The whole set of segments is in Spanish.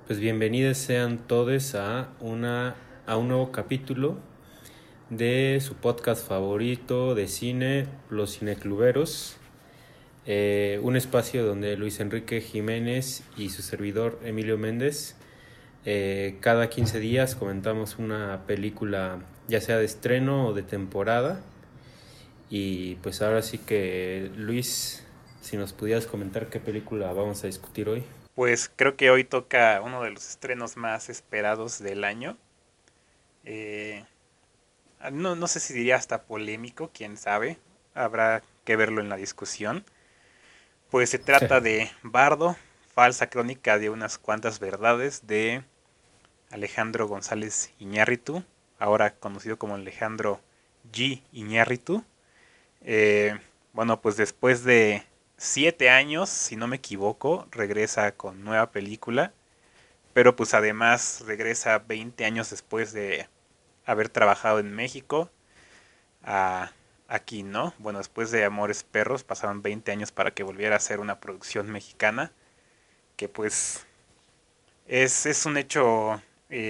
Pues bienvenidos sean todos a un nuevo capítulo de su podcast favorito de cine, Los Cinecluberos. Un espacio donde Luis Enrique Jiménez y su servidor Emilio Méndez cada 15 días comentamos una película, ya sea de estreno o de temporada. Y pues ahora sí que, Luis, si nos pudieras comentar qué película vamos a discutir hoy. Pues creo que hoy toca uno de los estrenos más esperados del año. Eh, no sé si diría hasta polémico, quién sabe. Habrá que verlo en la discusión. Pues se trata de Bardo, falsa crónica de unas cuantas verdades de Alejandro González Iñárritu, ahora conocido como Alejandro G. Iñárritu. Bueno, pues después de 7 años, si no me equivoco, regresa con nueva película. Pero pues además regresa 20 años después de haber trabajado en México a aquí, ¿no? Bueno, después de Amores Perros pasaron 20 años para que volviera a ser una producción mexicana, que pues es un hecho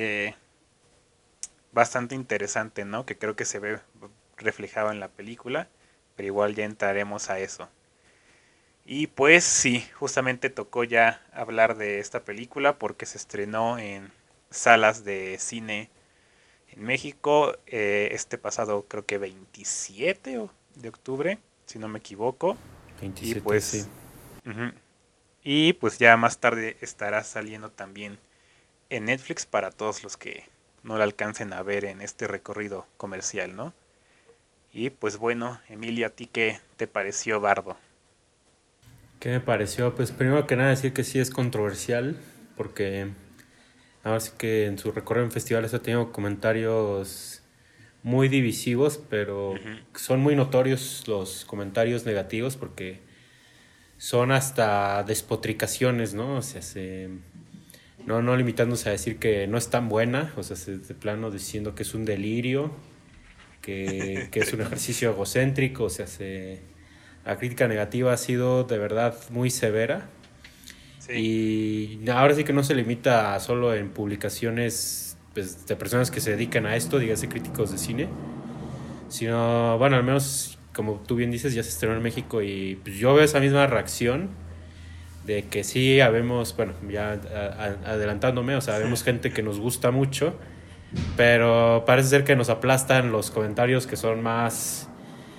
bastante interesante, ¿no? Que creo que se ve reflejado en la película, pero igual ya entraremos a eso. Y pues sí, justamente tocó ya hablar de esta película porque se estrenó en salas de cine en México este pasado creo que 27 de octubre, si no me equivoco. Y 27, sí. pues, ujú, y pues ya más tarde estará saliendo también en Netflix para todos los que no la alcancen a ver en este recorrido comercial, ¿no? Y pues bueno, Emilia, ¿a ti qué te pareció Bardo? ¿Qué me pareció? Pues primero que nada decir que sí es controversial, porque ahora sí que en su recorrido en festivales ha tenido comentarios muy divisivos, pero Ujú. son muy notorios los comentarios negativos porque son hasta despotricaciones, ¿no? O sea, no limitándose a decir que no es tan buena, o sea, de plano diciendo que es un delirio, que es un ejercicio egocéntrico, o sea, la crítica negativa ha sido de verdad muy severa. Sí, Y ahora sí que no se limita solo en publicaciones pues, de personas que se dedican a esto, dígase críticos de cine, sino, bueno, al menos como tú bien dices, ya se estrenó en México y pues, yo veo esa misma reacción de que sí habemos, bueno, ya adelantándome, o sea, vemos gente que nos gusta mucho, pero parece ser que nos aplastan los comentarios que son más,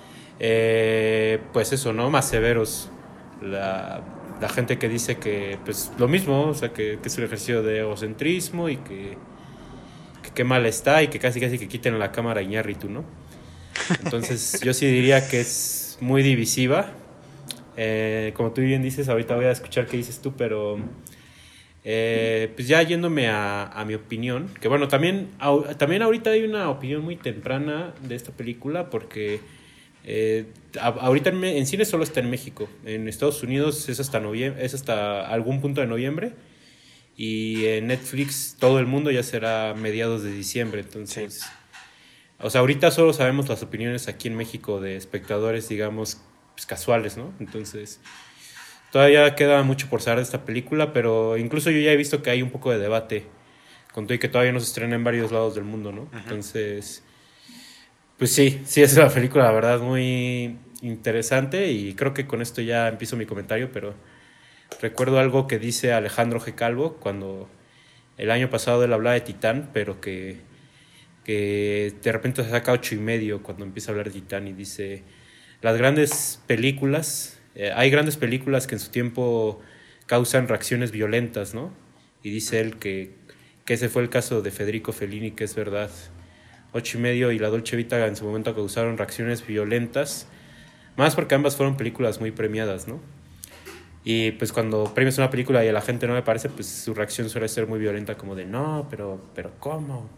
pues eso, ¿no? Más severos. La gente que dice que, pues lo mismo, o sea, que es un ejercicio de egocentrismo y que qué mal está y que casi casi que quiten la cámara a Iñárritu, ¿no? Entonces yo sí diría que es muy divisiva. Como tú bien dices, ahorita voy a escuchar qué dices tú, pero pues ya yéndome a mi opinión, que bueno, también ahorita hay una opinión muy temprana de esta película porque ahorita en cine solo está en México. En Estados Unidos es hasta noviembre, es hasta algún punto de noviembre. Y en Netflix todo el mundo ya será mediados de diciembre. sí. Entonces, o sea, ahorita solo sabemos las opiniones aquí en México de espectadores, digamos, pues, casuales, ¿no? Entonces, todavía queda mucho por saber de esta película, pero incluso yo ya he visto que hay un poco de debate con todo y que todavía no se estrena en varios lados del mundo, ¿no? Ujú. Entonces, pues sí es una película, la verdad, muy interesante y creo que con esto ya empiezo mi comentario, pero recuerdo algo que dice Alejandro G. Calvo cuando el año pasado él hablaba de Titán, pero que de repente se saca 8.5 cuando empieza a hablar de Titán y dice, las grandes películas, hay grandes películas que en su tiempo causan reacciones violentas, ¿no? Y dice él que ese fue el caso de Federico Fellini, que es verdad. 8.5 y La Dolce Vita en su momento causaron reacciones violentas, más porque ambas fueron películas muy premiadas, ¿no? Y pues cuando premias una película y a la gente no le parece, pues su reacción suele ser muy violenta, como de no, pero ¿cómo?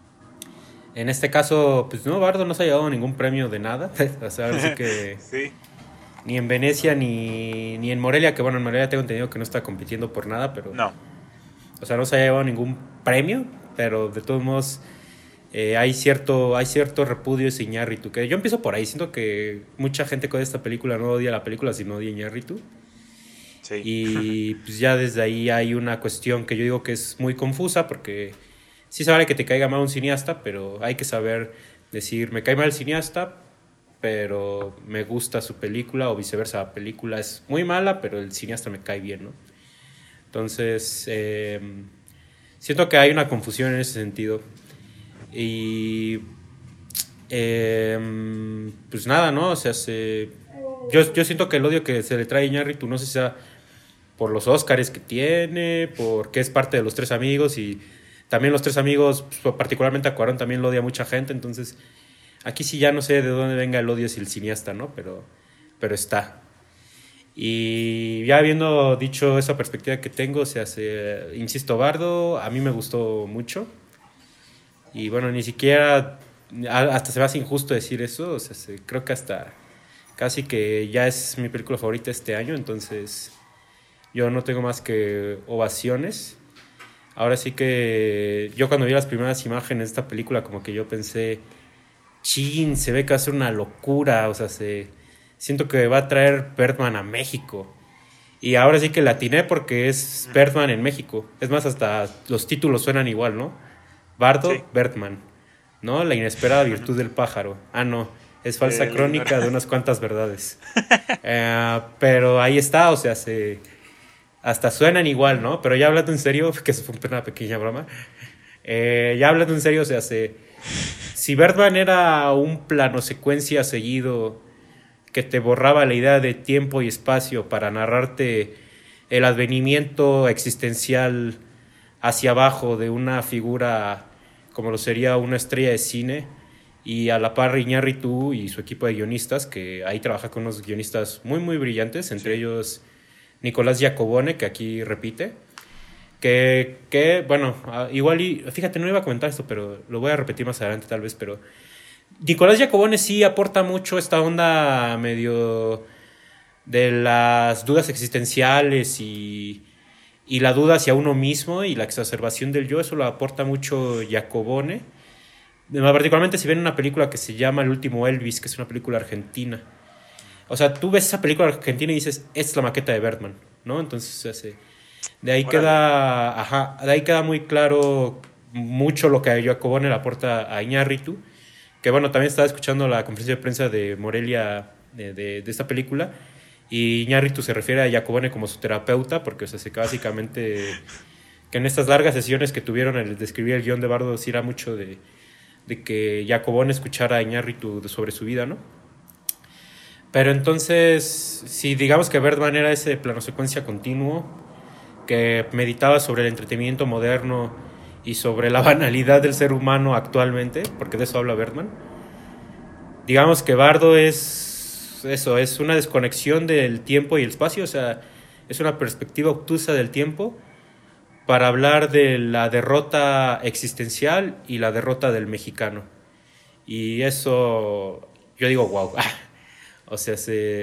En este caso, pues no, Bardo no se ha llevado ningún premio de nada. O sea, ahora sí que Sí, ni en Venecia ni en Morelia, que bueno, en Morelia tengo entendido que no está compitiendo por nada, pero, no. o sea, no se ha llevado ningún premio, pero de todos modos hay cierto repudio de Iñárritu, que yo empiezo por ahí, siento que mucha gente con esta película no odia la película, sino odia a Iñárritu. Sí. Y pues ya desde ahí hay una cuestión que yo digo que es muy confusa porque sí se vale que te caiga mal un cineasta, pero hay que saber decir, me cae mal el cineasta, pero me gusta su película o viceversa, la película es muy mala, pero el cineasta me cae bien, ¿no? Entonces, siento que hay una confusión en ese sentido. Y pues nada, ¿no? O sea, yo siento que el odio que se le trae a Iñárritu, no sé si sea por los Óscares que tiene, porque es parte de los Tres Amigos y también los Tres Amigos, pues, particularmente a Cuarón también lo odia mucha gente, entonces aquí sí ya no sé de dónde venga el odio si el cineasta, ¿no? Pero está. Y ya habiendo dicho esa perspectiva que tengo, o sea, insisto, Bardo, a mí me gustó mucho. Y bueno, ni siquiera, hasta se me hace injusto decir eso, o sea, creo que hasta casi que ya es mi película favorita este año, entonces yo no tengo más que ovaciones. Ahora sí que yo cuando vi las primeras imágenes de esta película como que yo pensé, chin, se ve que va a ser una locura, o sea, siento que va a traer Birdman a México. Y ahora sí que la atiné porque es Birdman en México. Es más, hasta los títulos suenan igual, ¿no? Sí. Bardo, Birdman, ¿no? La inesperada virtud del pájaro. Ah, no, es falsa El crónica de unas cuantas verdades. Pero ahí está, o sea, hasta suenan igual, ¿no? Pero ya hablando en serio, que eso fue una pequeña broma, ya hablando en serio, o sea, si Birdman era un plano secuencia seguido que te borraba la idea de tiempo y espacio para narrarte el advenimiento existencial hacia abajo de una figura como lo sería una estrella de cine, y a la par Iñárritu y su equipo de guionistas, que ahí trabaja con unos guionistas muy muy brillantes, entre Sí. ellos Nicolás Giacobone, que aquí repite, bueno, igual y, fíjate, no iba a comentar esto, pero lo voy a repetir más adelante tal vez, pero Nicolás Giacobone sí aporta mucho esta onda medio de las dudas existenciales y la duda hacia uno mismo y la exacerbación del yo, eso lo aporta mucho Giacobone. Particularmente si ven una película que se llama El último Elvis, que es una película argentina. O sea, tú ves esa película argentina y dices, es la maqueta de Bergman, ¿no? Entonces, de ahí Órale. queda, ajá, de ahí queda muy claro mucho lo que a Giacobone le aporta a Iñárritu, que bueno, también estaba escuchando la conferencia de prensa de Morelia de esta película, y Iñárritu se refiere a Giacobone como su terapeuta, porque o sea, básicamente que en estas largas sesiones que tuvieron el de escribir el guión de Bardo, sí era mucho de que Giacobone escuchara a Iñárritu sobre su vida, ¿no? Pero entonces, si digamos que Birdman era ese plano secuencia continuo que meditaba sobre el entretenimiento moderno y sobre la banalidad del ser humano actualmente, porque de eso habla Birdman, digamos que Bardo es eso, es una desconexión del tiempo y el espacio, o sea, es una perspectiva obtusa del tiempo para hablar de la derrota existencial y la derrota del mexicano. Y eso, yo digo, wow. O sea,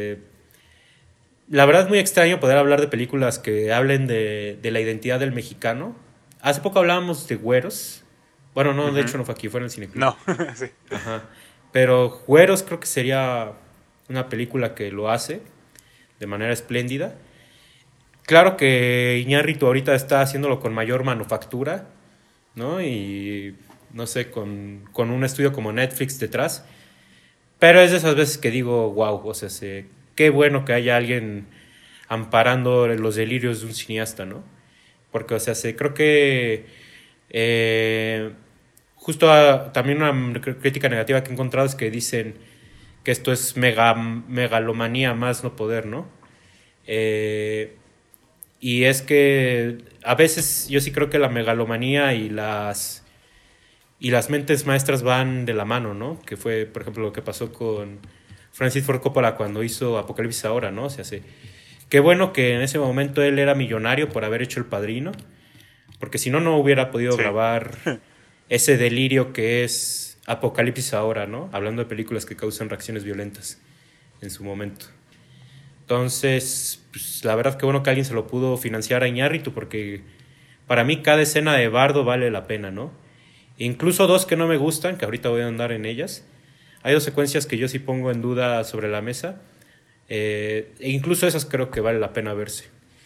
la verdad es muy extraño poder hablar de películas que hablen de la identidad del mexicano. Hace poco hablábamos de Güeros. Bueno, no, de Ujú. hecho no fue aquí, fue en el Cineclub. No, sí. Ajá. Pero Güeros creo que sería una película que lo hace de manera espléndida. Claro que Iñárritu ahorita está haciéndolo con mayor manufactura, ¿no? Y no sé, con un estudio como Netflix detrás. Pero es de esas veces que digo, wow, o sea, qué bueno que haya alguien amparando los delirios de un cineasta, ¿no? Porque, o sea, creo que eh, justo también una crítica negativa que he encontrado es que dicen que esto es megalomanía más no poder, ¿no? Eh, y es que a veces yo sí creo que la megalomanía y las mentes maestras van de la mano, ¿no? Que fue, por ejemplo, lo que pasó con Francis Ford Coppola cuando hizo Apocalipsis Ahora, ¿no? O sea, qué bueno que en ese momento él era millonario por haber hecho El Padrino, porque si no, no hubiera podido Sí. grabar ese delirio que es Apocalipsis Ahora, ¿no? Hablando de películas que causan reacciones violentas en su momento. Entonces, pues, la verdad que bueno que alguien se lo pudo financiar a Iñárritu, porque para mí cada escena de Bardo vale la pena, ¿no? Incluso dos que no me gustan, que ahorita voy a andar en ellas. Hay dos secuencias que yo sí pongo en duda sobre la mesa. E incluso esas creo que vale la pena verse.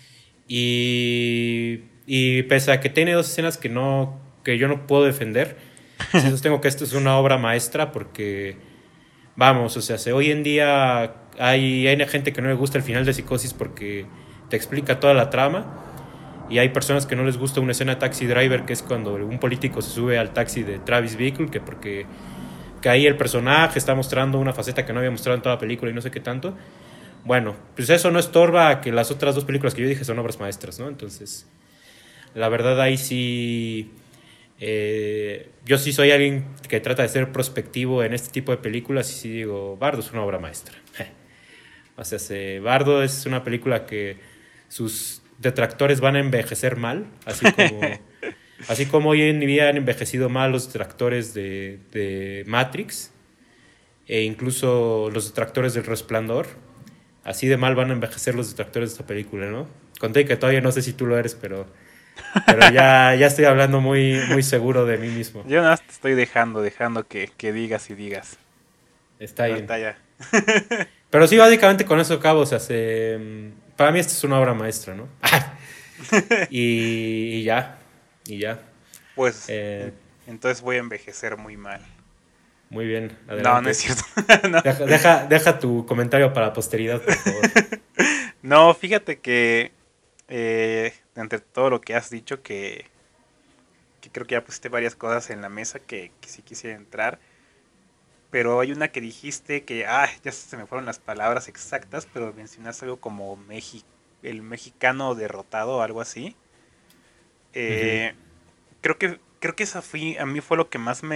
Y pese a que tiene dos escenas que yo no puedo defender, sí sostengo que esto es una obra maestra porque, vamos, o sea, hoy en día hay gente que no le gusta el final de Psicosis porque te explica toda la trama. Y hay personas que no les gusta una escena de Taxi Driver, que es cuando un político se sube al taxi de Travis Bickle, que ahí el personaje está mostrando una faceta que no había mostrado en toda la película y no sé qué tanto. Bueno, pues eso no estorba a que las otras dos películas que yo dije son obras maestras, ¿no? Entonces, la verdad ahí sí, yo sí soy alguien que trata de ser prospectivo en este tipo de películas y sí digo, Bardo es una obra maestra. O sea, Bardo es una película que sus detractores van a envejecer mal, así como hoy en día han envejecido mal los detractores de Matrix e incluso los detractores del Resplandor. Así de mal van a envejecer los detractores de esta película, ¿no? Conté que todavía no sé si tú lo eres, pero ya estoy hablando muy seguro de mí mismo. Yo nada más te estoy dejando que digas y digas. Está Pero bien. está ya. Pero sí, básicamente con eso acabo. O sea, para mí esto es una obra maestra, ¿no? y ya. Y ya. Pues Eh, entonces voy a envejecer muy mal. Muy bien, No, no es adelante. cierto. No. Deja tu comentario para la posteridad, por favor. No, fíjate que entre todo lo que has dicho, que creo que ya pusiste varias cosas en la mesa que sí quisiera entrar. Pero hay una que dijiste que, ya se me fueron las palabras exactas, pero mencionaste algo como el mexicano derrotado o algo así. Ujú. Eh, creo que a mí fue lo que más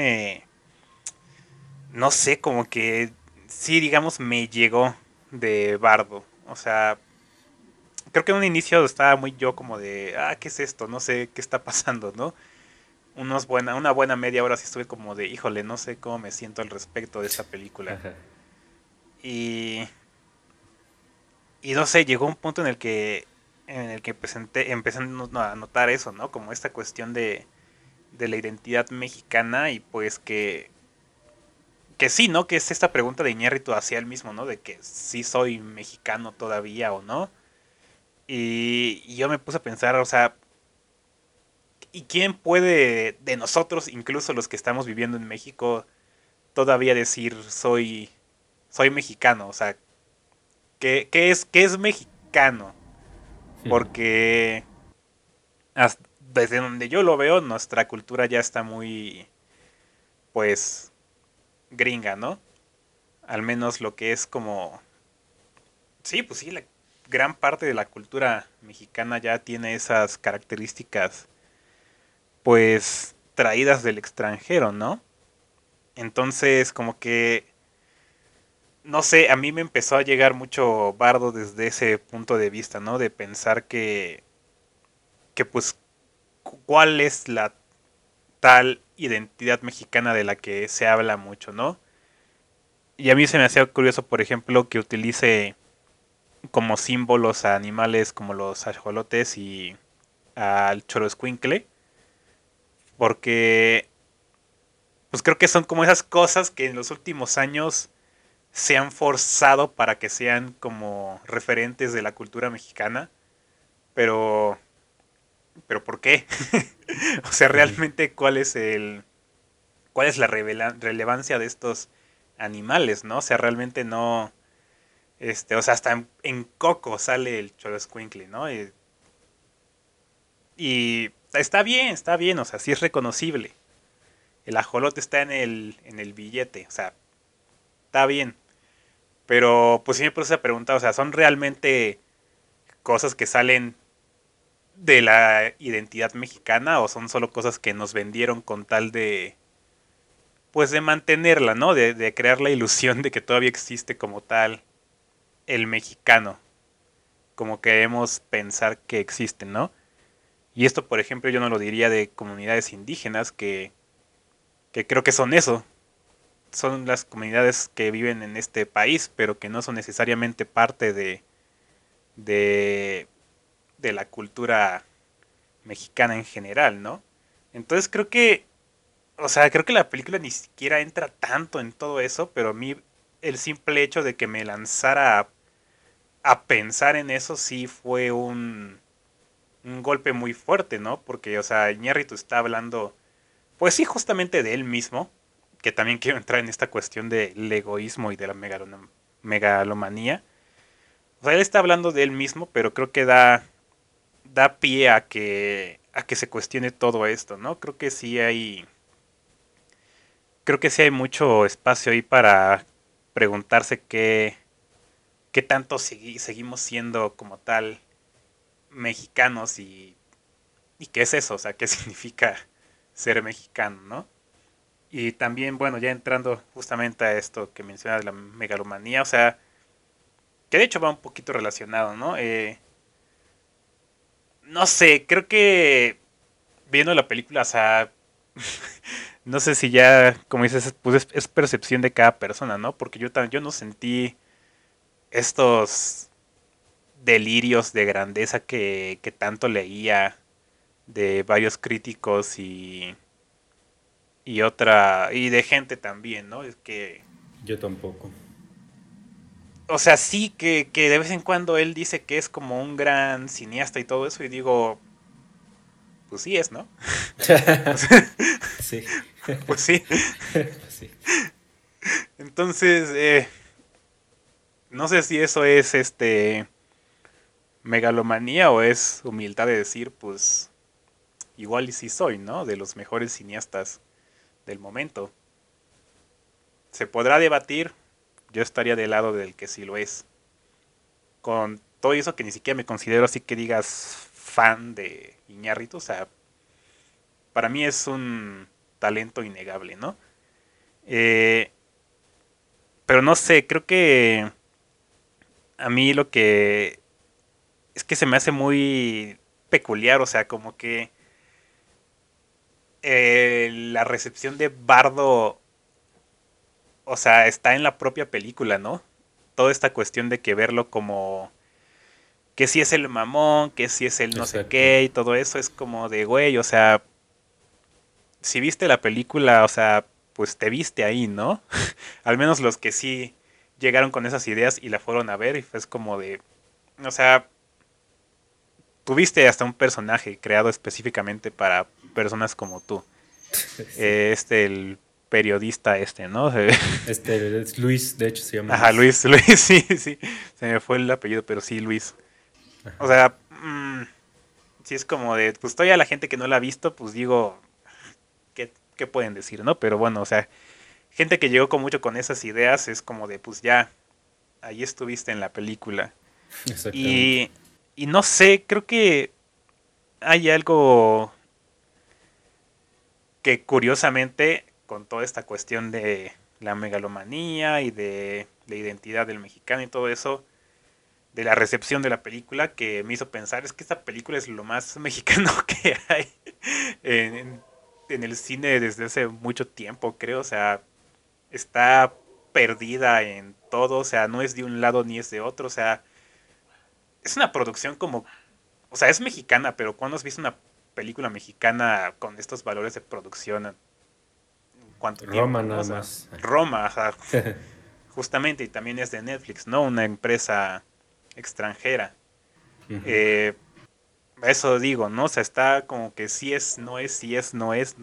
no sé, como que sí, digamos, me llegó de Bardo. O sea, creo que en un inicio estaba muy yo como de, ¿qué es esto? No sé qué está pasando, ¿no? Una buena media hora sí estuve como de, híjole, no sé cómo me siento al respecto de esta película. Ajá. Y, y no sé, llegó un punto en el que empecé a notar eso, ¿no? Como esta cuestión de la identidad mexicana y pues que sí, ¿no? Que es esta pregunta de Iñárritu hacia él mismo, ¿no? De que sí soy mexicano todavía o no. Y yo me puse a pensar, o sea, ¿y quién puede de nosotros, incluso los que estamos viviendo en México, todavía decir soy mexicano? O sea, ¿qué es mexicano? Porque desde donde yo lo veo, nuestra cultura ya está muy, pues, gringa, ¿no? Al menos lo que es como... Sí, pues sí, la gran parte de la cultura mexicana ya tiene esas características, pues, traídas del extranjero, ¿no? Entonces, como que, no sé, a mí me empezó a llegar mucho Bardo desde ese punto de vista, ¿no? De pensar que pues, ¿cuál es la tal identidad mexicana de la que se habla mucho, ¿no? Y a mí se me hacía curioso, por ejemplo, que utilice como símbolos a animales como los ajolotes y al choroescuincle, porque pues creo que son como esas cosas que en los últimos años se han forzado para que sean como referentes de la cultura mexicana, pero ¿por qué? O sea, Ujú. realmente cuál es la relevancia de estos animales, ¿no? O sea, realmente no, o sea, hasta en Coco sale el Xoloitzcuintle, ¿no? Y está bien, o sea, sí es reconocible. El ajolote está en el billete, o sea, está bien. Pero pues sí me puse a preguntar, o sea, ¿son realmente cosas que salen de la identidad mexicana o son solo cosas que nos vendieron con tal pues de mantenerla, ¿no? De crear la ilusión de que todavía existe como tal el mexicano, como queremos pensar que existe, ¿no? Y esto, por ejemplo, yo no lo diría de comunidades indígenas que creo que son eso. Son las comunidades que viven en este país, pero que no son necesariamente parte de, de la cultura mexicana en general, ¿no? Entonces creo que la película ni siquiera entra tanto en todo eso, pero a mí el simple hecho de que me lanzara a pensar en eso sí fue un golpe muy fuerte, ¿no? Porque, o sea, Iñárritu está hablando, pues sí, justamente de él mismo, que también quiero entrar en esta cuestión del egoísmo y de la megalomanía. O sea, él está hablando de él mismo, pero creo que da pie a que se cuestione todo esto, ¿no? Creo que sí hay mucho espacio ahí para preguntarse qué tanto seguimos siendo como tal mexicanos y qué es eso, o sea, qué significa ser mexicano, ¿no? Y también, bueno, ya entrando justamente a esto que mencionas de la megalomanía, o sea, que de hecho va un poquito relacionado, ¿no? No sé, creo que viendo la película, o sea, no sé si ya, como dices, pues es percepción de cada persona, ¿no? Porque yo no sentí estos delirios de grandeza que tanto leía de varios críticos y de gente también, ¿no? Es que, Yo tampoco. o sea, sí que de vez en cuando él dice que es como un gran cineasta y todo eso, y digo, pues sí es, ¿no? O sea, Sí. pues sí. Sí. Entonces, no sé si eso es megalomanía o es humildad de decir, pues igual y sí soy, ¿no? De los mejores cineastas del momento. Se podrá debatir, yo estaría del lado del que sí lo es. Con todo eso que ni siquiera me considero así que digas fan de Iñárritu, o sea, para mí es un talento innegable, ¿no? Eh, pero no sé, creo que a mí lo que es que se me hace muy peculiar, o sea, como que la recepción de Bardo, o sea, está en la propia película, ¿no? Toda esta cuestión de que verlo como que si es el mamón, que si es el no sé Exacto. qué y todo eso es como de, güey, o sea, si viste la película, o sea, pues te viste ahí, ¿no? Al menos los que sí llegaron con esas ideas y la fueron a ver y fue como de, o sea, tuviste hasta un personaje creado específicamente para personas como tú. Sí. El periodista ¿no? Este es Luis, de hecho se llama Ajá, Luis. Luis, sí, sí. Se me fue el apellido, pero sí, Luis. O sea, sí es como de, pues todavía la gente que no la ha visto, pues digo, ¿qué pueden decir, no? Pero bueno, o sea, gente que llegó con mucho con esas ideas es como de, pues ya, ahí estuviste en la película. Exactamente. Y, y no sé, creo que hay algo que curiosamente, con toda esta cuestión de la megalomanía y de la identidad del mexicano y todo eso, de la recepción de la película, que me hizo pensar, es que esta película es lo más mexicano que hay en, en el cine desde hace mucho tiempo, creo. O sea, está perdida en todo, o sea, no es de un lado ni es de otro, o sea, es una producción como, o sea, es mexicana, pero ¿cuándo has visto una película mexicana con estos valores de producción en cuánto Roma tiempo, ¿no? O nada sea, más. Roma, o sea, justamente, y también es de Netflix, ¿no? Una empresa extranjera. Ujú. Eh, Eso digo, ¿no? O sea, está como que sí es, no es, sí es, no es.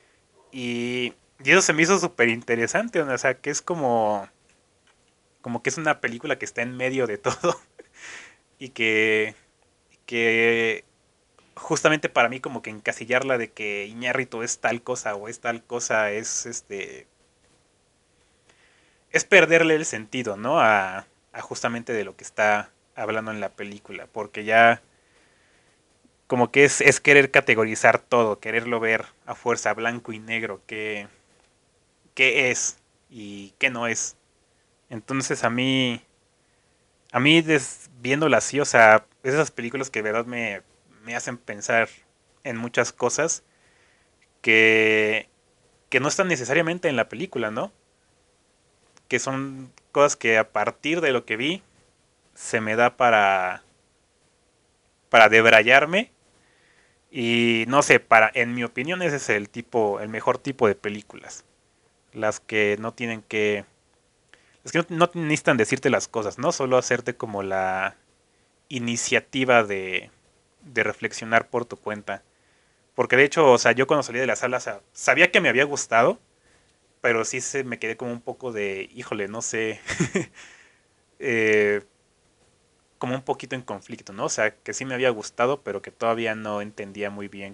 Y eso se me hizo súper interesante, ¿no? O sea, que es como que es una película que está en medio de todo y que justamente para mí como que encasillarla de que Iñárritu es tal cosa o es tal cosa es perderle el sentido, ¿no? A justamente de lo que está hablando en la película, porque ya como que es querer categorizar todo, quererlo ver a fuerza blanco y negro, qué es y qué no es. Entonces viéndola así, o sea, esas películas que de verdad me hacen pensar en muchas cosas que, que no están necesariamente en la película, ¿no? Que son cosas que a partir de lo que vi se me da para debrayarme y no sé, en mi opinión ese es el mejor tipo de películas. Las que no tienen que Es que no necesitan decirte las cosas, ¿no? Solo hacerte como la iniciativa de reflexionar por tu cuenta. Porque de hecho, o sea, yo cuando salí de la sala, o sea, sabía que me había gustado, pero sí se me quedé como un poco de, híjole, no sé, eh, como un poquito en conflicto, ¿no? O sea, que sí me había gustado, pero que todavía no entendía muy bien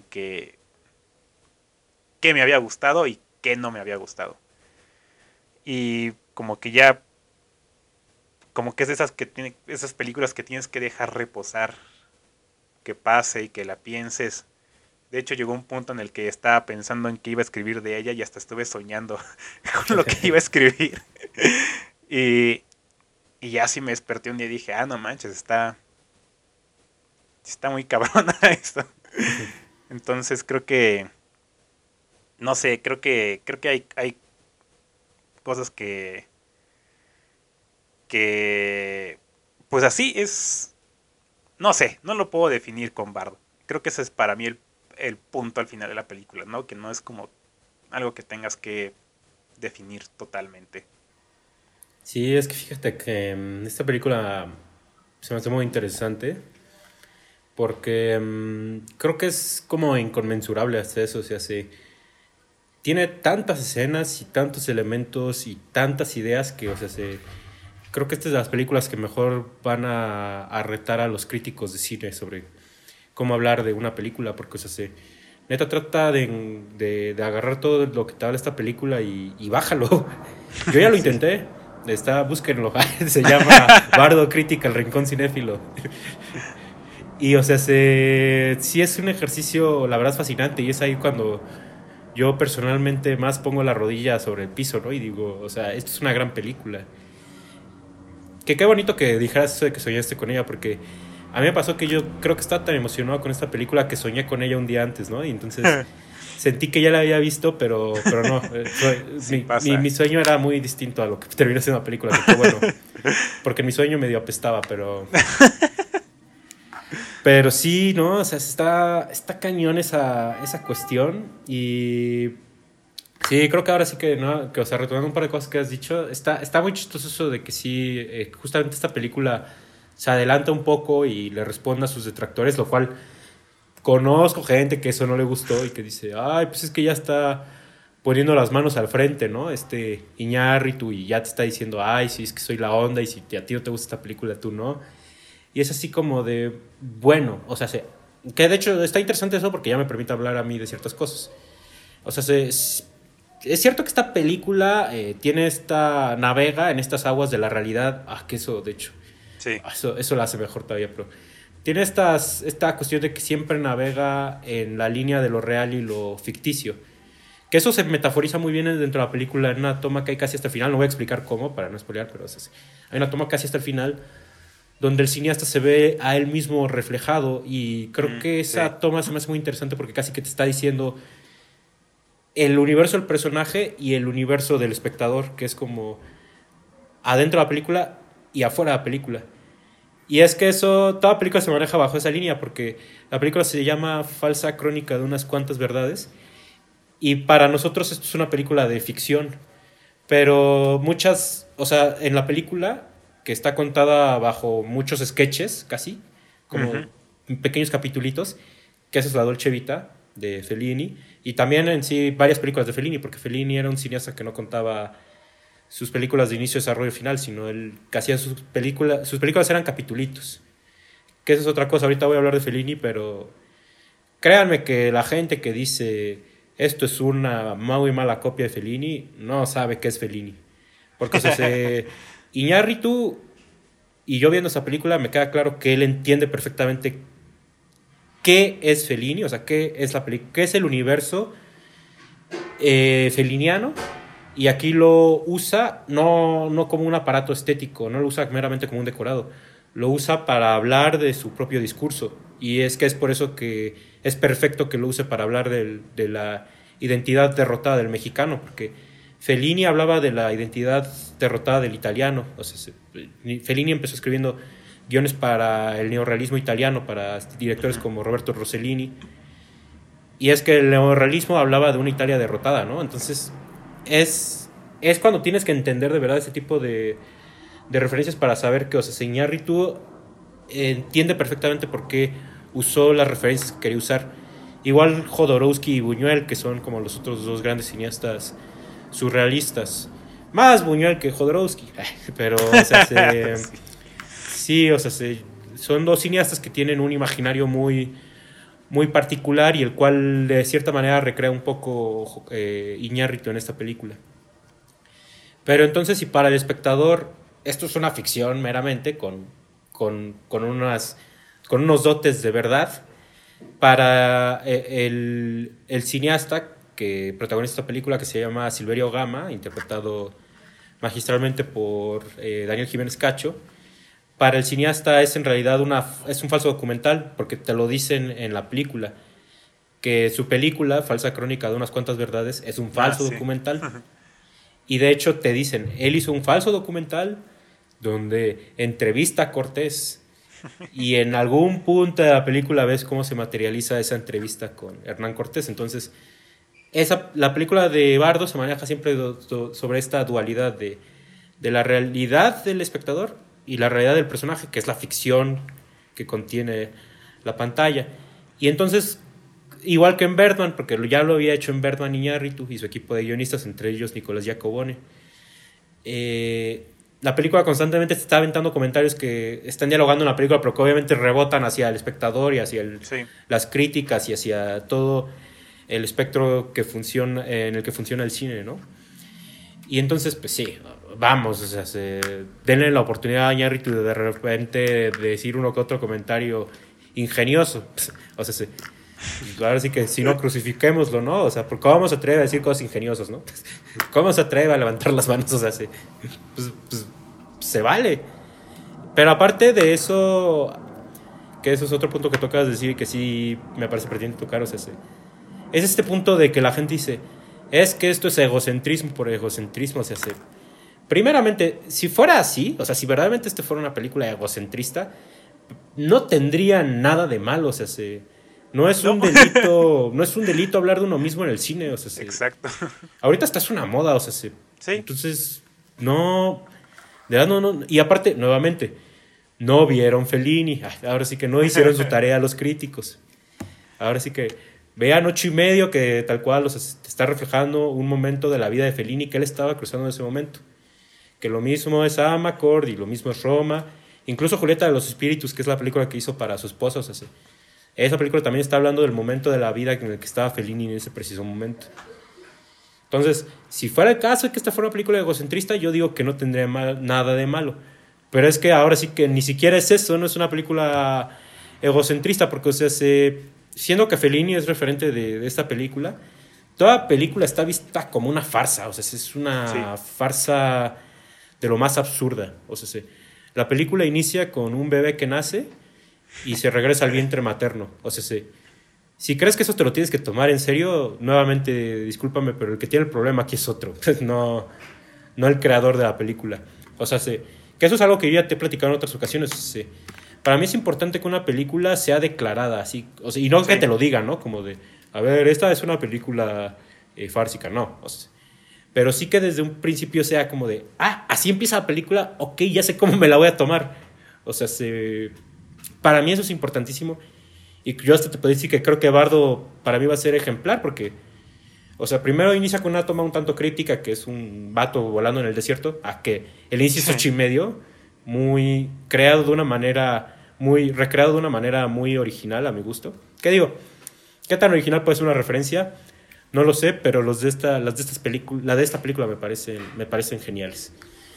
qué me había gustado y qué no me había gustado. Y como que ya, como que es de esas películas que tienes que dejar reposar, que pase y que la pienses. De hecho, llegó un punto en el que estaba pensando en qué iba a escribir de ella y hasta estuve soñando con lo que iba a escribir. Y, y ya sí me desperté un día y dije, ah, no manches, está muy cabrona esto. Entonces creo que, no sé, creo que hay cosas que, pues así es, no sé, no lo puedo definir con Bardo. Creo que ese es para mí el punto al final de la película, ¿no? Que no es como algo que tengas que definir totalmente. Sí, es que fíjate que esta película se me hace muy interesante porque creo que es como inconmensurable hasta eso, o sea, tiene tantas escenas y tantos elementos y tantas ideas que, o sea, creo que esta es de las películas que mejor van a retar a los críticos de cine sobre cómo hablar de una película, porque, o sea, neta trata de agarrar todo lo que te habla esta película y bájalo. Yo ya lo Sí. intenté, búsquenlo, se llama Bardo Crítica, el Rincón Cinéfilo. Y, o sea, sí es un ejercicio, la verdad, fascinante, y es ahí cuando yo personalmente más pongo la rodilla sobre el piso, ¿no? Y digo, o sea, esto es una gran película. Que qué bonito que dijeras eso de que soñaste con ella, porque a mí me pasó que yo creo que estaba tan emocionado con esta película que soñé con ella un día antes, ¿no? Y entonces sentí que ya la había visto, pero no. Sí Mi pasa. sueño era muy distinto a lo que terminó siendo la película, que qué bueno. Porque mi sueño medio apestaba, pero sí, ¿no? O sea, está cañón esa cuestión. Y sí, creo que ahora sí que, ¿no? Que, o sea, retomando un par de cosas que has dicho, está muy chistoso eso de que sí, justamente esta película se adelanta un poco y le responde a sus detractores, lo cual conozco gente que eso no le gustó y que dice, ay, pues es que ya está poniendo las manos al frente, ¿no? Iñárritu y ya te está diciendo, ay, sí, es que soy la onda y si a ti no te gusta esta película, tú no. Y es así como de, bueno, o sea, que de hecho está interesante eso porque ya me permite hablar a mí de ciertas cosas. O sea, es cierto que esta película navega en estas aguas de la realidad. Que eso, de hecho, Sí. eso la hace mejor todavía, pero tiene esta cuestión de que siempre navega en la línea de lo real y lo ficticio. Que eso se metaforiza muy bien dentro de la película, en una toma que hay casi hasta el final. No voy a explicar cómo para no spoilear, pero hay una toma casi hasta el final donde el cineasta se ve a él mismo reflejado, y creo que Sí. esa toma se me hace muy interesante porque casi que te está diciendo el universo del personaje y el universo del espectador, que es como adentro de la película y afuera de la película. Y es que toda película se maneja bajo esa línea, porque la película se llama Falsa Crónica de unas cuantas verdades, y para nosotros esto es una película de ficción, pero o sea, en la película, que está contada bajo muchos sketches, casi, como Ujú. pequeños capitulitos, que esa es la Dolce Vita de Fellini, y también en sí varias películas de Fellini, porque Fellini era un cineasta que no contaba sus películas de inicio, desarrollo, final, sino él que hacía sus películas eran capitulitos, que esa es otra cosa. Ahorita voy a hablar de Fellini, pero créanme que la gente que dice esto es una muy mala copia de Fellini no sabe qué es Fellini, porque, o sea, Iñárritu, y yo viendo esa película me queda claro que él entiende perfectamente qué es Fellini, o sea, qué es el universo feliniano, y aquí lo usa no como un aparato estético, no lo usa meramente como un decorado, lo usa para hablar de su propio discurso, y es que es por eso que es perfecto que lo use para hablar de la identidad derrotada del mexicano, porque Fellini hablaba de la identidad derrotada del italiano. O sea, Fellini empezó escribiendo guiones para el neorrealismo italiano, para directores Ujú. como Roberto Rossellini, y es que el neorrealismo hablaba de una Italia derrotada, ¿no? Entonces es cuando tienes que entender de verdad ese tipo de referencias para saber que, o sea, Iñárritu entiende perfectamente por qué usó las referencias que quería usar. Igual Jodorowsky y Buñuel, que son como los otros dos grandes cineastas surrealistas. Más Buñuel que Jodorowsky, pero, o sea, Sí. sí, o sea, son dos cineastas que tienen un imaginario muy particular y el cual de cierta manera recrea un poco Iñárritu en esta película. Pero entonces, si para el espectador esto es una ficción meramente con unos dotes de verdad, para el cineasta que protagoniza esta película, que se llama Silverio Gama, interpretado magistralmente por Daniel Jiménez Cacho, para el cineasta es en realidad es un falso documental, porque te lo dicen en la película, que su película, Falsa Crónica de unas cuantas verdades, es un falso Sí. documental. Y de hecho te dicen, él hizo un falso documental donde entrevista a Cortés. Y en algún punto de la película ves cómo se materializa esa entrevista con Hernán Cortés. Entonces, la película de Bardo se maneja siempre sobre esta dualidad de la realidad del espectador y la realidad del personaje, que es la ficción que contiene la pantalla. Y entonces, igual que en Birdman, porque ya lo había hecho en Birdman Iñárritu y su equipo de guionistas, entre ellos Nicolás Giacobone, la película constantemente te está aventando comentarios que están dialogando en la película, pero que obviamente rebotan hacia el espectador y hacia Sí. las críticas y hacia todo el espectro en el que funciona el cine, ¿no? Y entonces, pues sí, vamos, o sea, denle la oportunidad a Iñárritu de repente decir uno que otro comentario ingenioso. O sea, ahora sí que si no, crucifiquémoslo, ¿no? O sea, ¿cómo se atreve a decir cosas ingeniosas, no? ¿Cómo se atreve a levantar las manos? O sea, pues se vale. Pero aparte de eso, que eso es otro punto que tocas decir y que sí me parece pertinente tocar, o sea, es este punto de que la gente dice, es que esto es egocentrismo por egocentrismo, o sea, primeramente, si fuera así, o sea, si verdaderamente este fuera una película egocentrista, no tendría nada de malo, o sea, no es un delito, no es un delito hablar de uno mismo en el cine, o sea, Exacto. ahorita está es una moda, o sea, Sí. entonces no, de verdad no, y aparte, nuevamente, no vieron Fellini, ahora sí que no hicieron su tarea los críticos, ahora sí que vean 8 y medio, que tal cual está reflejando un momento de la vida de Fellini que él estaba cruzando en ese momento, que lo mismo es Amarcord y lo mismo es Roma, incluso Julieta de los Espíritus, que es la película que hizo para su esposa, o sea, esa película también está hablando del momento de la vida en el que estaba Fellini en ese preciso momento. Entonces, si fuera el caso de que esta fuera una película egocentrista, yo digo que no tendría nada de malo. Pero es que ahora sí que ni siquiera es eso, no es una película egocentrista, porque, o sea, siendo que Fellini es referente de esta película, toda película está vista como una farsa, o sea, es una farsa de lo más absurda. O sea, la película inicia con un bebé que nace y se regresa al vientre materno. O sea, si crees que eso te lo tienes que tomar en serio, nuevamente, discúlpame, pero el que tiene el problema aquí es otro, no el creador de la película. O sea, que eso es algo que yo ya te he platicado en otras ocasiones. Para mí es importante que una película sea declarada así, o sea, y no que te lo digan, ¿no? Como de, a ver, esta es una película fársica, no. O sea, pero sí que desde un principio sea como de, así empieza la película, ok, ya sé cómo me la voy a tomar. O sea, para mí eso es importantísimo. Y yo hasta te puedo decir que creo que Bardo para mí va a ser ejemplar porque, o sea, primero inicia con una toma un tanto crítica, que es un vato volando en el desierto, a que el inicio es 8 y medio, muy creado de una manera, recreado de una manera muy original a mi gusto. ¿Qué digo? ¿Qué tan original puede ser una referencia? No lo sé, pero la de esta película me parecen geniales.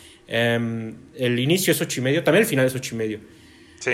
El inicio es 8 y medio, también el final es 8 y medio. Sí.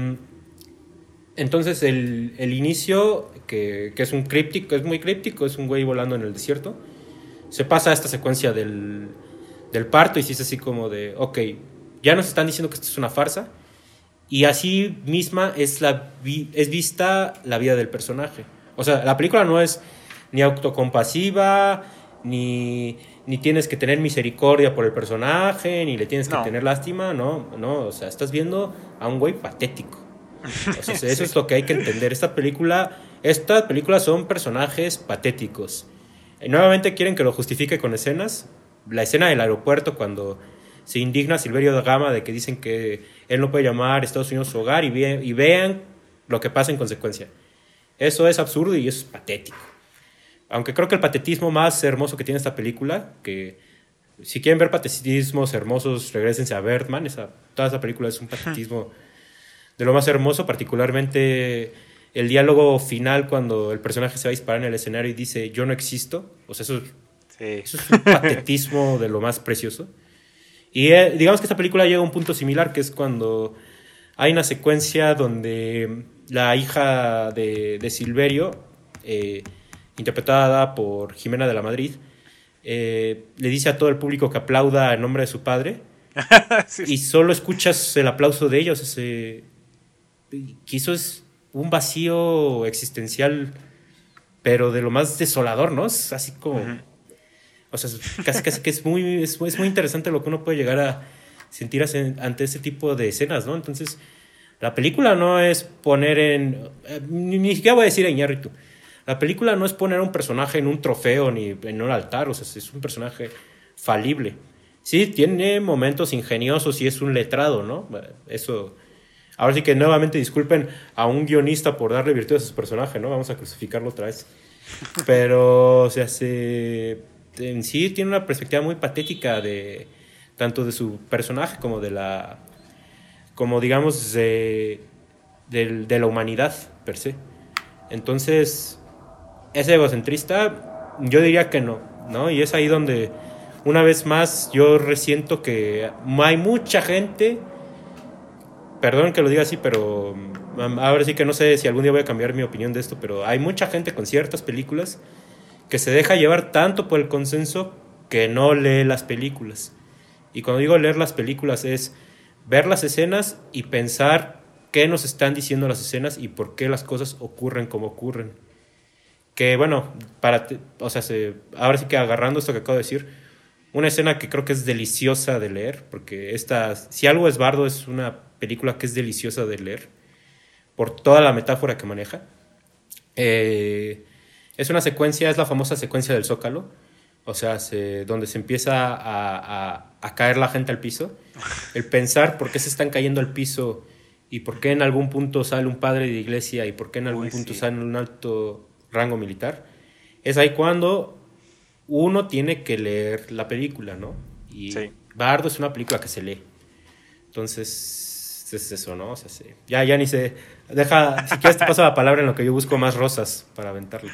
Entonces el inicio, que es un críptico, es muy críptico, es un güey volando en el desierto, se pasa a esta secuencia del parto y sí es así como de, ok, ya nos están diciendo que esto es una farsa y así misma es vista la vida del personaje. O sea, la película no es ni autocompasiva, ni tienes que tener misericordia por el personaje, ni le tienes que tener lástima, no, o sea, estás viendo a un güey patético. O sea, eso es lo que hay que entender. Estas películas son personajes patéticos. Y nuevamente quieren que lo justifique con escenas. La escena del aeropuerto cuando se indigna Silverio Gama de que dicen que él no puede llamar a Estados Unidos su hogar y vean lo que pasa en consecuencia. Eso es absurdo y eso es patético. Aunque creo que el patetismo más hermoso que tiene esta película, que si quieren ver patetismos hermosos, regresense a Birdman. Toda esa película es un patetismo de lo más hermoso, particularmente el diálogo final cuando el personaje se va a disparar en el escenario y dice yo no existo. O sea, Sí. eso es un patetismo de lo más precioso. Y digamos que esta película llega a un punto similar, que es cuando hay una secuencia donde la hija de Silverio, eh, interpretada por Jimena de la Madrid, le dice a todo el público que aplauda en nombre de su padre Sí. y solo escuchas el aplauso de ellos. Que eso es un vacío existencial, pero de lo más desolador, ¿no? Es así como... Ujú. O sea, casi que es muy interesante lo que uno puede llegar a sentir ante ese tipo de escenas, ¿no? Entonces, la película no es poner en... ni siquiera voy a decir a Iñárritu. La película no es poner a un personaje en un trofeo ni en un altar, o sea, es un personaje falible. Sí, tiene momentos ingeniosos y es un letrado, ¿no? Eso... Ahora sí que nuevamente disculpen a un guionista por darle virtud a su personaje, ¿no? Vamos a crucificarlo otra vez. Pero, o sea, en sí tiene una perspectiva muy patética de tanto de su personaje como de la, como digamos, de la humanidad per se. Entonces, ¿es egocentrista? Yo diría que no, ¿no? Y es ahí donde, una vez más, yo resiento que hay mucha gente, perdón que lo diga así, pero ahora sí que no sé si algún día voy a cambiar mi opinión de esto, pero hay mucha gente con ciertas películas que se deja llevar tanto por el consenso que no lee las películas. Y cuando digo leer las películas es ver las escenas y pensar qué nos están diciendo las escenas y por qué las cosas ocurren como ocurren. Que bueno, o sea, ahora sí que agarrando esto que acabo de decir, una escena que creo que es deliciosa de leer, porque si algo es Bardo, es una película que es deliciosa de leer, por toda la metáfora que maneja. Es una secuencia, es la famosa secuencia del Zócalo, o sea, donde se empieza a caer la gente al piso. El pensar por qué se están cayendo al piso y por qué en algún punto sale un padre de iglesia y por qué en algún Uy, punto sí. sale un alto rango militar, es ahí cuando uno tiene que leer la película, ¿no? Y Sí. Bardo es una película que se lee. Entonces, es eso, ¿no? O sea, sí. Ya ni sé. Si quieres te paso la palabra en lo que yo busco más rosas para aventarle.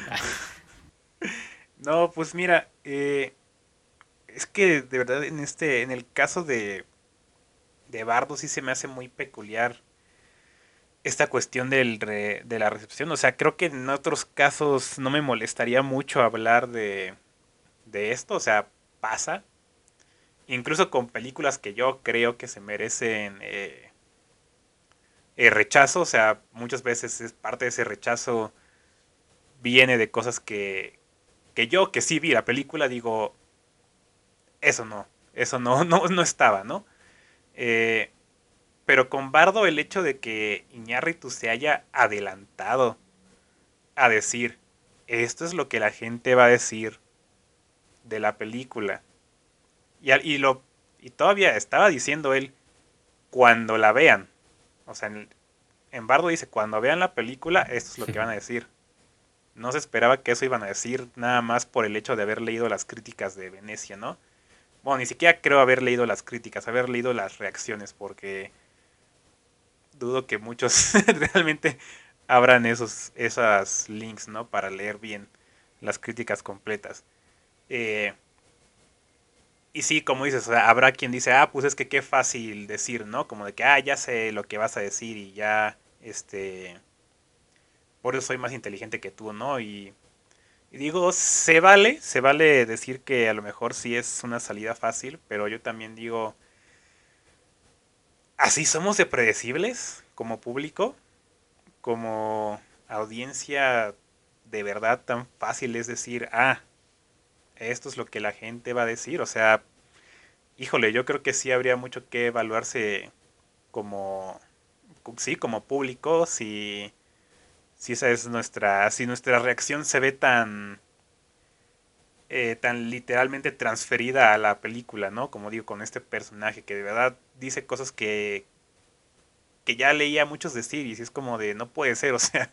No, pues mira, es que de verdad en el caso de Bardo sí se me hace muy peculiar esta cuestión de la recepción. O sea, creo que en otros casos no me molestaría mucho hablar de esto. O sea, pasa. Incluso con películas que yo creo que se merecen rechazo. O sea, muchas veces es parte de ese rechazo viene de cosas que yo que sí vi la película digo, eso no, no estaba, ¿no? Eh, pero con Bardo el hecho de que Iñárritu se haya adelantado a decir, esto es lo que la gente va a decir de la película. Y todavía estaba diciendo él, cuando la vean. O sea, en Bardo dice, cuando vean la película, esto es lo que van a decir. No se esperaba que eso iban a decir nada más por el hecho de haber leído las críticas de Venecia, ¿no? Bueno, ni siquiera creo haber leído las críticas, haber leído las reacciones, porque dudo que muchos realmente abran esas links, ¿no? Para leer bien las críticas completas. Eh, y sí, como dices, o sea, habrá quien dice, ah, pues es que qué fácil decir, ¿no? Como de que, ah, ya sé lo que vas a decir y ya, por eso soy más inteligente que tú, ¿no? Y digo, se vale decir que a lo mejor sí es una salida fácil, pero yo también digo, así somos de predecibles como público, como audiencia de verdad tan fácil es decir, ah, esto es lo que la gente va a decir. O sea, híjole, yo creo que sí habría mucho que evaluarse como, sí, como público, si esa es si nuestra reacción se ve tan literalmente transferida a la película, ¿no? Como digo, con este personaje que de verdad dice cosas que ya leía muchos decir y es como de, no puede ser, o sea,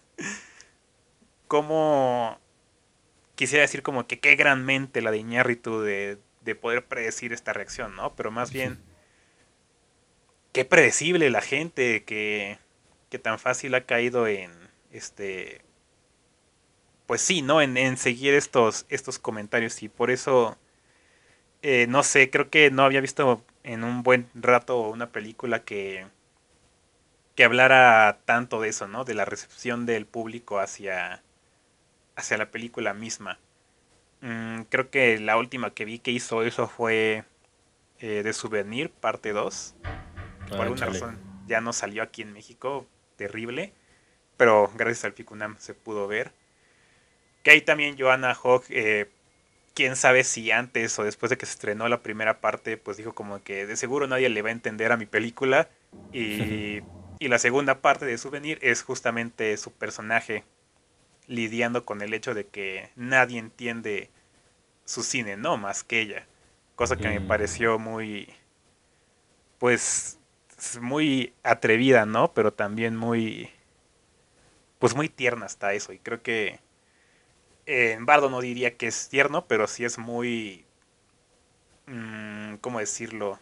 como quisiera decir como que qué gran mente la de Iñárritu de poder predecir esta reacción, ¿no? Pero más bien, qué predecible la gente que tan fácil ha caído en, este, pues sí, ¿no? En seguir estos comentarios y por eso, no sé, creo que no había visto en un buen rato una película que hablara tanto de eso, ¿no? De la recepción del público hacia la película misma. Creo que la última que vi que hizo eso fue de Souvenir, parte 2 que por Ah, alguna chale. razón ya no salió aquí en México, terrible, pero gracias al Ficunam se pudo ver. Que ahí también Joanna Hogg, quién sabe si antes o después de que se estrenó la primera parte, pues dijo como que de seguro nadie le va a entender a mi película. Y, y la segunda parte de Souvenir es justamente su personaje lidiando con el hecho de que nadie entiende su cine, no más que ella. Cosa que me Mm, pareció muy, pues, muy atrevida, ¿no? Pero también muy, pues muy tierna hasta eso. Y creo que en Bardo no diría que es tierno, pero sí es muy, ¿cómo decirlo?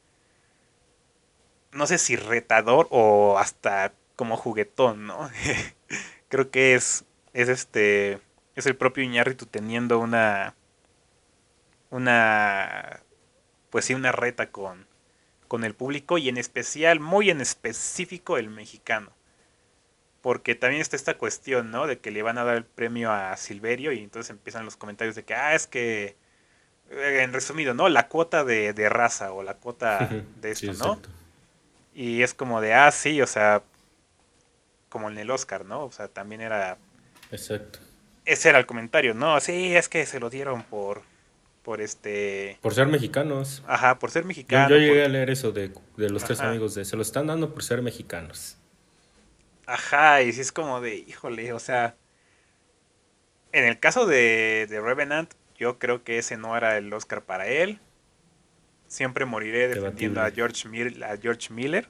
No sé si retador o hasta como juguetón, ¿no? Creo que es el propio Iñárritu teniendo una, pues sí, una reta con el público y en especial, muy en específico el mexicano. Porque también está esta cuestión, ¿no? De que le van a dar el premio a Silverio y entonces empiezan los comentarios de que, es que, en resumido, ¿no? La cuota de raza o la cuota de sí, esto, ¿no? exacto. Y es como de, sí, o sea, como en el Oscar, ¿no? O sea, también era, Exacto. ese era el comentario, ¿no? Sí, es que se lo dieron por Por ser mexicanos. ajá, por ser Yo mexicano, llegué a porque, leer eso de los tres ajá, amigos de se lo están dando por ser mexicanos. ajá, y sí es como de, híjole, o sea, en el caso de Revenant, yo creo que ese no era el Oscar para él. Siempre moriré defendiendo Debatible. A George Miller.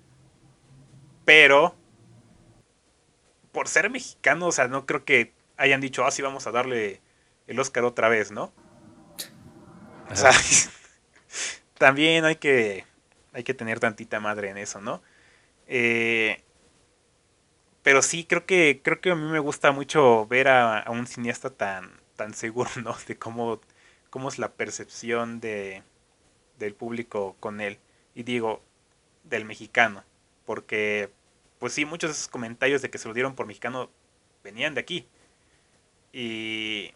Pero por ser mexicano, o sea, no creo que hayan dicho, sí, vamos a darle el Oscar otra vez, ¿no? O sea, Ajá. también hay que tener tantita madre en eso, ¿no? Eh, pero sí, creo que a mí me gusta mucho ver a un cineasta tan seguro, ¿no? De cómo es la percepción del público con él. Y digo, del mexicano. Porque, pues sí, muchos de esos comentarios de que se lo dieron por mexicano venían de aquí. Y,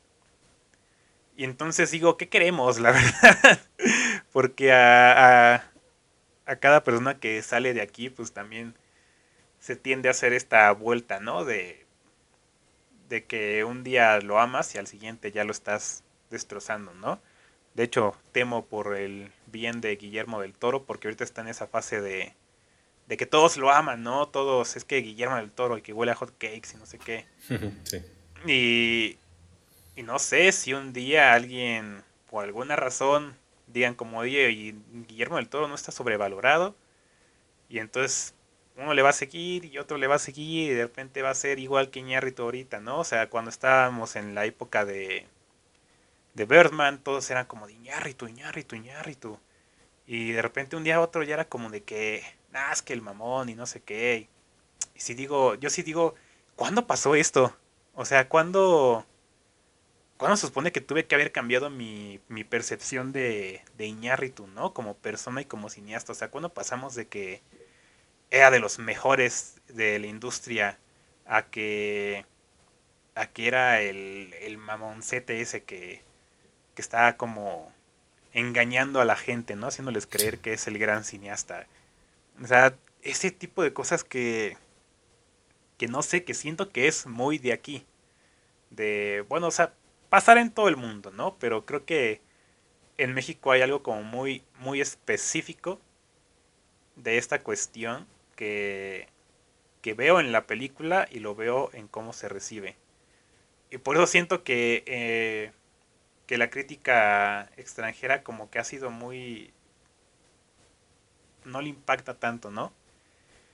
y entonces digo, ¿qué queremos, la verdad? Porque a cada persona que sale de aquí, pues también se tiende a hacer esta vuelta, ¿no? De que un día lo amas y al siguiente ya lo estás destrozando, ¿no? De hecho, temo por el bien de Guillermo del Toro, porque ahorita está en esa fase de que todos lo aman, ¿no? Todos, es que Guillermo del Toro y que huele a hot cakes y no sé qué. Sí. Y, y no sé si un día alguien, por alguna razón, digan como, oye, y Guillermo del Toro no está sobrevalorado, y entonces uno le va a seguir y otro le va a seguir y de repente va a ser igual que Iñárritu ahorita, ¿no? O sea, cuando estábamos en la época de Birdman, todos eran como de Iñárritu, Iñárritu, Iñárritu. Y de repente un día a otro ya era como de que, es que el mamón y no sé qué. Y si digo, yo sí digo, ¿cuándo pasó esto? O sea, ¿cuándo se supone que tuve que haber cambiado mi percepción de Iñárritu, ¿no? Como persona y como cineasta. O sea, ¿cuándo pasamos de que era de los mejores de la industria a que, a que era el mamoncete ese que estaba como engañando a la gente, ¿no? Haciéndoles creer que es el gran cineasta. O sea, ese tipo de cosas que no sé, que siento que es muy de aquí. De, bueno, o sea, pasar en todo el mundo, ¿no? Pero creo que en México hay algo como muy, muy específico de esta cuestión que veo en la película y lo veo en cómo se recibe. Y por eso siento que la crítica extranjera como que ha sido muy... no le impacta tanto, ¿no?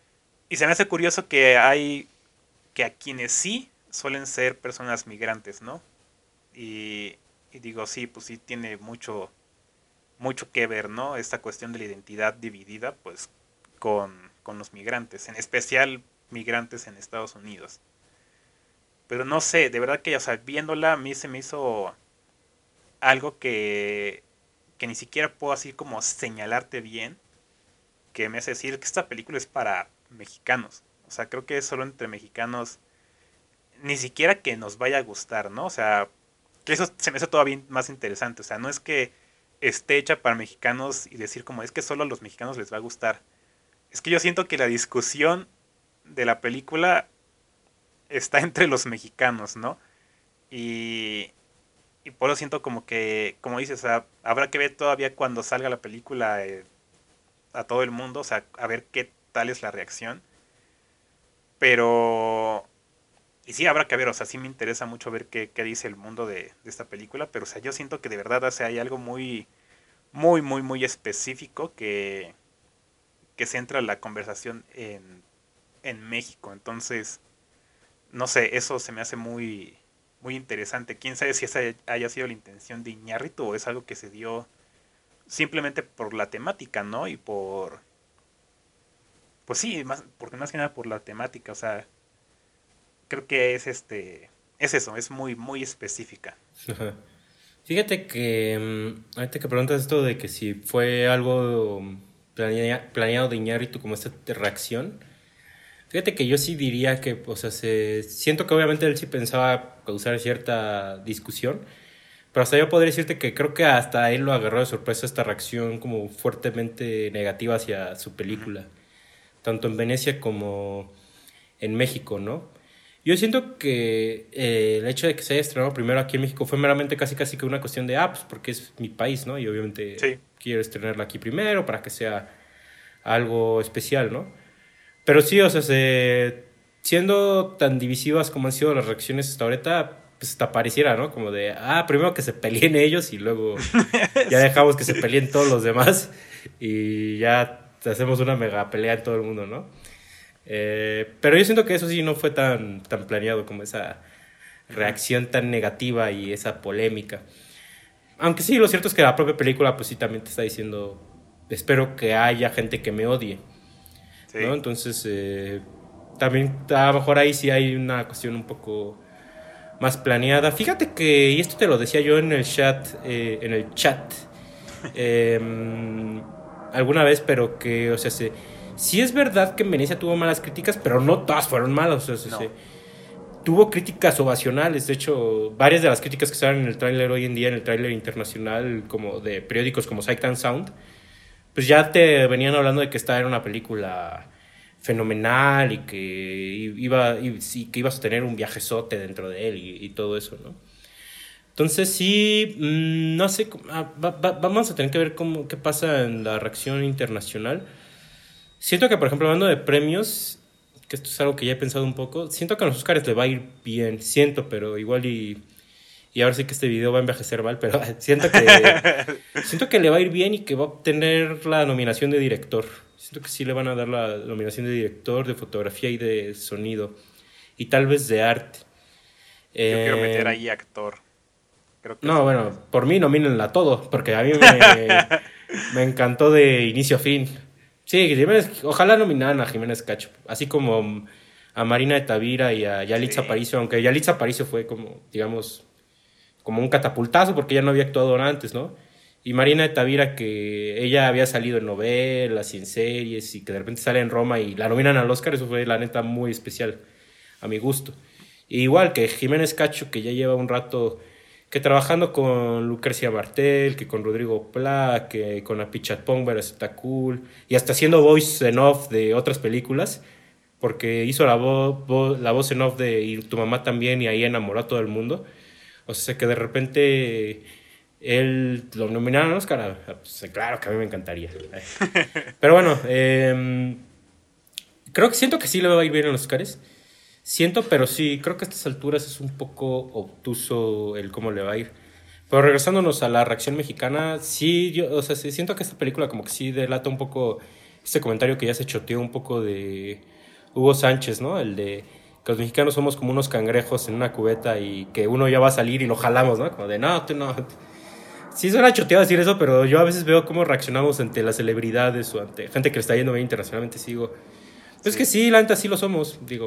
Y se me hace curioso que hay, que a quienes sí suelen ser personas migrantes, ¿no? Y digo, sí, pues sí tiene mucho que ver, ¿no? Esta cuestión de la identidad dividida, pues, con los migrantes, en especial migrantes en Estados Unidos. Pero no sé, de verdad que, o sea, viéndola a mí se me hizo algo que ni siquiera puedo así como señalarte bien, que me hace decir que esta película es para mexicanos. O sea, creo que es solo entre mexicanos, ni siquiera que nos vaya a gustar, ¿no? O sea, que eso se me hace todavía más interesante. O sea, no es que esté hecha para mexicanos y decir como es que solo a los mexicanos les va a gustar. Es que yo siento que la discusión de la película está entre los mexicanos, ¿no? Y, y por eso siento como que, como dices, o sea, habrá que ver todavía cuando salga la película a todo el mundo, o sea, a ver qué tal es la reacción. Pero, y sí, habrá que ver, o sea, sí me interesa mucho ver qué dice el mundo de esta película, pero, o sea, yo siento que de verdad, o sea, hay algo muy específico que centra la conversación en México. Entonces, no sé, eso se me hace muy interesante. Quién sabe si esa haya sido la intención de Iñárritu o es algo que se dio simplemente por la temática, ¿no? Y pues sí, porque más que nada por la temática, o sea, creo que es eso, es muy específica. Ajá. Fíjate que ahorita que preguntas esto de que si fue algo planeado de Iñárritu como esta reacción, fíjate que yo sí diría que, o sea, siento que obviamente él sí pensaba causar cierta discusión, pero hasta yo podría decirte que creo que hasta él lo agarró de sorpresa esta reacción como fuertemente negativa hacia su Ujú. película, tanto en Venecia como en México, ¿no? Yo siento que el hecho de que se haya estrenado primero aquí en México fue meramente casi que una cuestión de, pues porque es mi país, ¿no? Y obviamente Sí, quiero estrenarla aquí primero para que sea algo especial, ¿no? Pero sí, o sea, siendo tan divisivas como han sido las reacciones hasta ahorita, pues hasta pareciera, ¿no? Como de, primero que se peleen ellos y luego ya sí. dejamos que se peleen todos los demás y ya hacemos una mega pelea en todo el mundo, ¿no? Pero yo siento que eso sí no fue tan planeado como esa Ujú. reacción tan negativa y esa polémica. Aunque sí, lo cierto es que la propia película pues sí también te está diciendo, espero que haya gente que me odie, ¿no? Sí. Entonces, también a lo mejor ahí sí hay una cuestión un poco más planeada. Fíjate que, y esto te lo decía yo en el chat, eh, alguna vez, pero que, o sea, sí es verdad que en Venecia tuvo malas críticas, pero no todas fueron malas, o sea, No. tuvo críticas ovacionales. De hecho, varias de las críticas que salen en el tráiler hoy en día, en el tráiler internacional, como de periódicos como Sight and Sound, pues ya te venían hablando de que esta era una película fenomenal y que sí, que ibas a tener un viajezote dentro de él y todo eso, ¿no? Entonces sí, no sé, vamos a tener que ver qué pasa en la reacción internacional. Siento que, por ejemplo, hablando de premios, que esto es algo que ya he pensado un poco, siento que a los Oscars le va a ir bien, pero igual y ahora sí que este video va a envejecer mal, pero siento que le va a ir bien y que va a obtener la nominación de director. Siento que sí le van a dar la nominación de director, de fotografía y de sonido. Y tal vez de arte. Yo quiero meter Eh, ahí actor. Creo que no, se lo bueno, merece. por mí nomínenla todo, porque a mí me encantó de inicio a fin. Sí, ojalá nominaran a Jiménez Cacho, así como a Marina de Tavira y a Yalitza Sí. Aparicio, aunque Yalitza Aparicio fue como, digamos, como un catapultazo porque ella no había actuado antes, ¿no? Y Marina de Tavira, que ella había salido en novelas y en series y que de repente sale en Roma y la nominan al Oscar, eso fue la neta muy especial a mi gusto. Y igual que Jiménez Cacho, que ya lleva un rato que trabajando con Lucrecia Martel, que con Rodrigo Pla, que con Apichat Pongber está cool, y hasta haciendo voice en off de otras películas, porque hizo la voz en off de Y tu mamá también, y ahí enamoró a todo el mundo. O sea que de repente él lo nominaron al Oscar. Pues, claro que a mí me encantaría. Pero bueno, creo que siento que sí le va a ir bien en los Oscars. Pero sí, creo que a estas alturas es un poco obtuso el cómo le va a ir. Pero regresándonos a la reacción mexicana, sí, o sea, sí, siento que esta película como que sí delata un poco este comentario que ya se choteó un poco de Hugo Sánchez, ¿no? El de que los mexicanos somos como unos cangrejos en una cubeta y que uno ya va a salir y lo jalamos, ¿no? Como de, no, tú no. Sí suena choteado decir eso, pero yo a veces veo cómo reaccionamos ante las celebridades o ante gente que le está yendo bien internacionalmente. Sí, digo, pues que sí, la neta sí lo somos. Digo,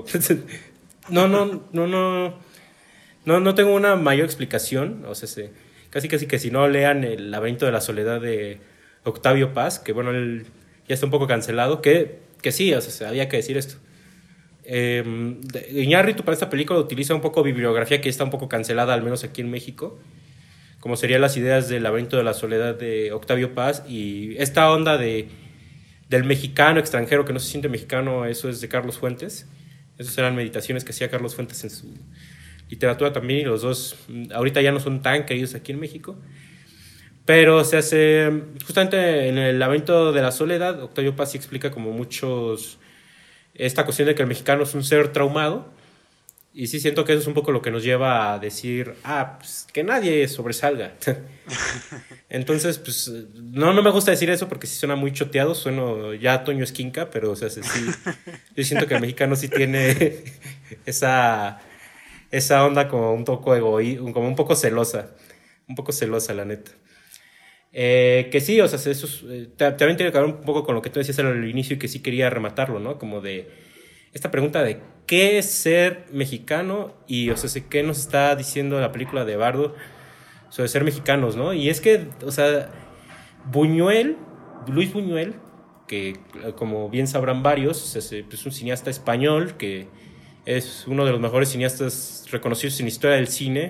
no tengo una mayor explicación. O sea, casi que si no lean El laberinto de la soledad de Octavio Paz, que bueno, él ya está un poco cancelado, que sí, o sea, había que decir esto. Iñárritu para esta película utiliza un poco bibliografía que está un poco cancelada, al menos aquí en México, como serían las ideas del laberinto de la soledad de Octavio Paz y esta onda del mexicano extranjero que no se siente mexicano, eso es de Carlos Fuentes. Esas eran meditaciones que hacía Carlos Fuentes en su literatura también, y los dos ahorita ya no son tan queridos aquí en México. Pero se hace justamente en el laberinto de la soledad, Octavio Paz sí explica como muchos esta cuestión de que el mexicano es un ser traumado. Y sí siento que eso es un poco lo que nos lleva a decir, pues que nadie sobresalga. Entonces, pues, no me gusta decir eso porque sí suena muy choteado, sueno ya a Toño Esquinca, pero, o sea, sí, yo siento que el mexicano sí tiene esa onda como un poco como un poco celosa, la neta. Que sí, o sea, eso también tiene que ver un poco con lo que tú decías al inicio y que sí quería rematarlo, ¿no? Como de esta pregunta de qué es ser mexicano y, o sea, qué nos está diciendo la película de Bardo sobre ser mexicanos, ¿no? Y es que, o sea, Luis Buñuel, que como bien sabrán varios, es un cineasta español que es uno de los mejores cineastas reconocidos en la historia del cine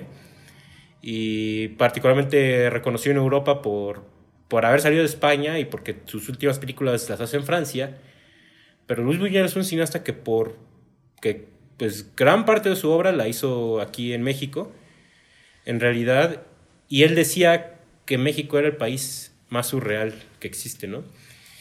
y particularmente reconocido en Europa por haber salido de España y porque sus últimas películas las hace en Francia. Pero Luis Buñuel es un cineasta que pues gran parte de su obra la hizo aquí en México, en realidad, y él decía que México era el país más surreal que existe, ¿no?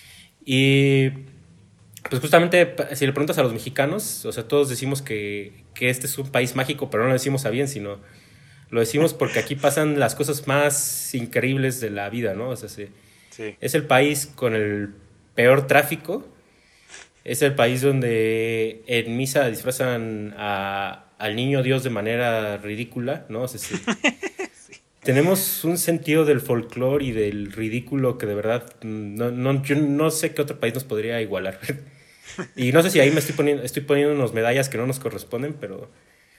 Y pues justamente si le preguntas a los mexicanos, o sea, todos decimos que este es un país mágico, pero no lo decimos a bien, sino lo decimos porque aquí pasan las cosas más increíbles de la vida, ¿no? O sea, sí. Es el país con el peor tráfico. Es el país donde en misa disfrazan al niño Dios de manera ridícula, ¿no? O sea, sí. Tenemos un sentido del folclore y del ridículo que de verdad yo no sé qué otro país nos podría igualar. Y no sé si ahí estoy poniendo unas medallas que no nos corresponden, pero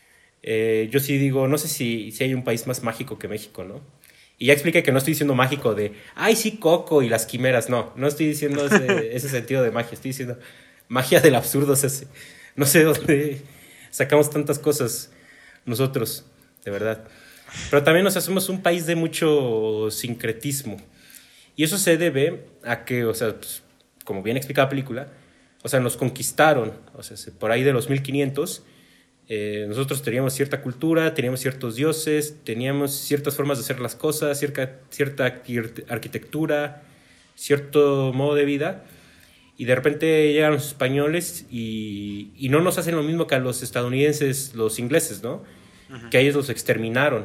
yo sí digo, no sé si hay un país más mágico que México, ¿no? Y ya expliqué que no estoy diciendo mágico de, ay, sí, Coco y las quimeras, no estoy diciendo ese sentido de magia, estoy diciendo magia del absurdo, o sea, no sé dónde sacamos tantas cosas nosotros, de verdad. Pero también nos hacemos un país de mucho sincretismo. Y eso se debe a que, o sea, pues, como bien explica la película, o sea, nos conquistaron, o sea, por ahí de los 1500, nosotros teníamos cierta cultura, teníamos ciertos dioses, teníamos ciertas formas de hacer las cosas, cierta arquitectura, cierto modo de vida. Y de repente llegan los españoles y no nos hacen lo mismo que a los estadounidenses, los ingleses, ¿no? Uh-huh. Que a ellos los exterminaron.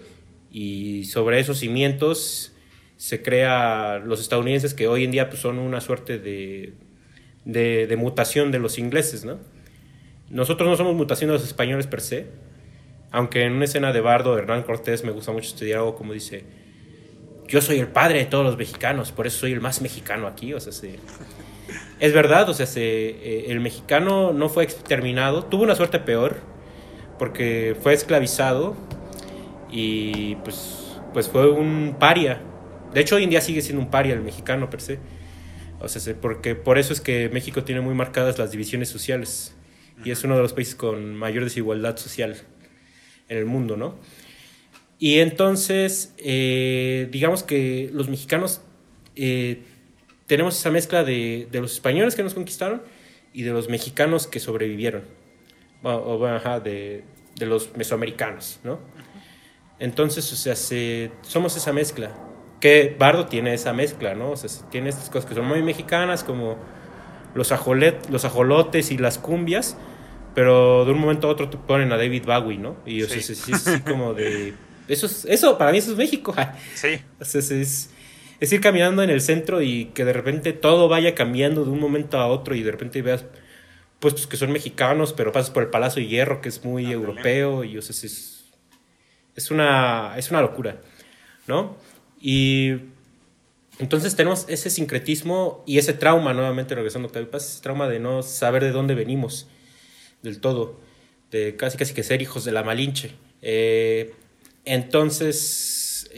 Y sobre esos cimientos se crea los estadounidenses, que hoy en día pues, son una suerte de mutación de los ingleses, ¿no? Nosotros no somos mutación de los españoles per se, aunque en una escena de Bardo, Hernán Cortés, me gusta mucho estudiar algo como dice, yo soy el padre de todos los mexicanos, por eso soy el más mexicano aquí, o sea, es verdad, o sea, el mexicano no fue exterminado, tuvo una suerte peor, porque fue esclavizado y pues fue un paria. De hecho, hoy en día sigue siendo un paria el mexicano per se. O sea, porque por eso es que México tiene muy marcadas las divisiones sociales y es uno de los países con mayor desigualdad social en el mundo, ¿no? Y entonces, digamos que los mexicanos tenemos esa mezcla de los españoles que nos conquistaron y de los mexicanos que sobrevivieron, de los mesoamericanos, ¿no? Entonces, o sea, somos esa mezcla, que Bardo tiene esa mezcla, ¿no? O sea, tiene estas cosas que son muy mexicanas, como los ajolotes y las cumbias, pero de un momento a otro te ponen a David Bowie, ¿no? Y o sea, sí. Es así como de... Eso para mí eso es México. Sí. O sea, es ir caminando en el centro y que de repente todo vaya cambiando de un momento a otro y de repente veas puestos que son mexicanos, pero pasas por el Palacio de Hierro, que es muy Ándale. europeo, y o sea, es una locura, ¿no? Y entonces tenemos ese sincretismo y ese trauma, nuevamente regresando a Octavio Paz, ese trauma de no saber de dónde venimos del todo, de casi casi que ser hijos de la Malinche. Entonces,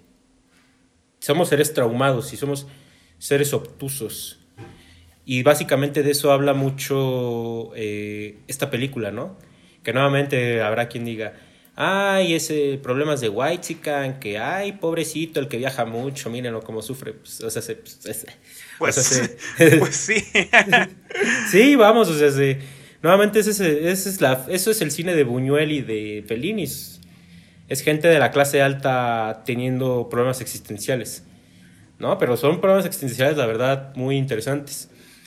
somos seres traumados y somos seres obtusos. Y básicamente de eso habla mucho esta película, ¿no? Que nuevamente habrá quien diga, ay, ese problemas de Whitezican, que ay, pobrecito, el que viaja mucho, mírenlo cómo sufre. Pues, o sea, o sea, Pues, pues sí. sí, vamos, o sea, nuevamente eso es el cine de Buñuel y de Fellini. Es gente de la clase alta teniendo problemas existenciales, ¿no? Pero son problemas existenciales, la verdad, muy interesantes.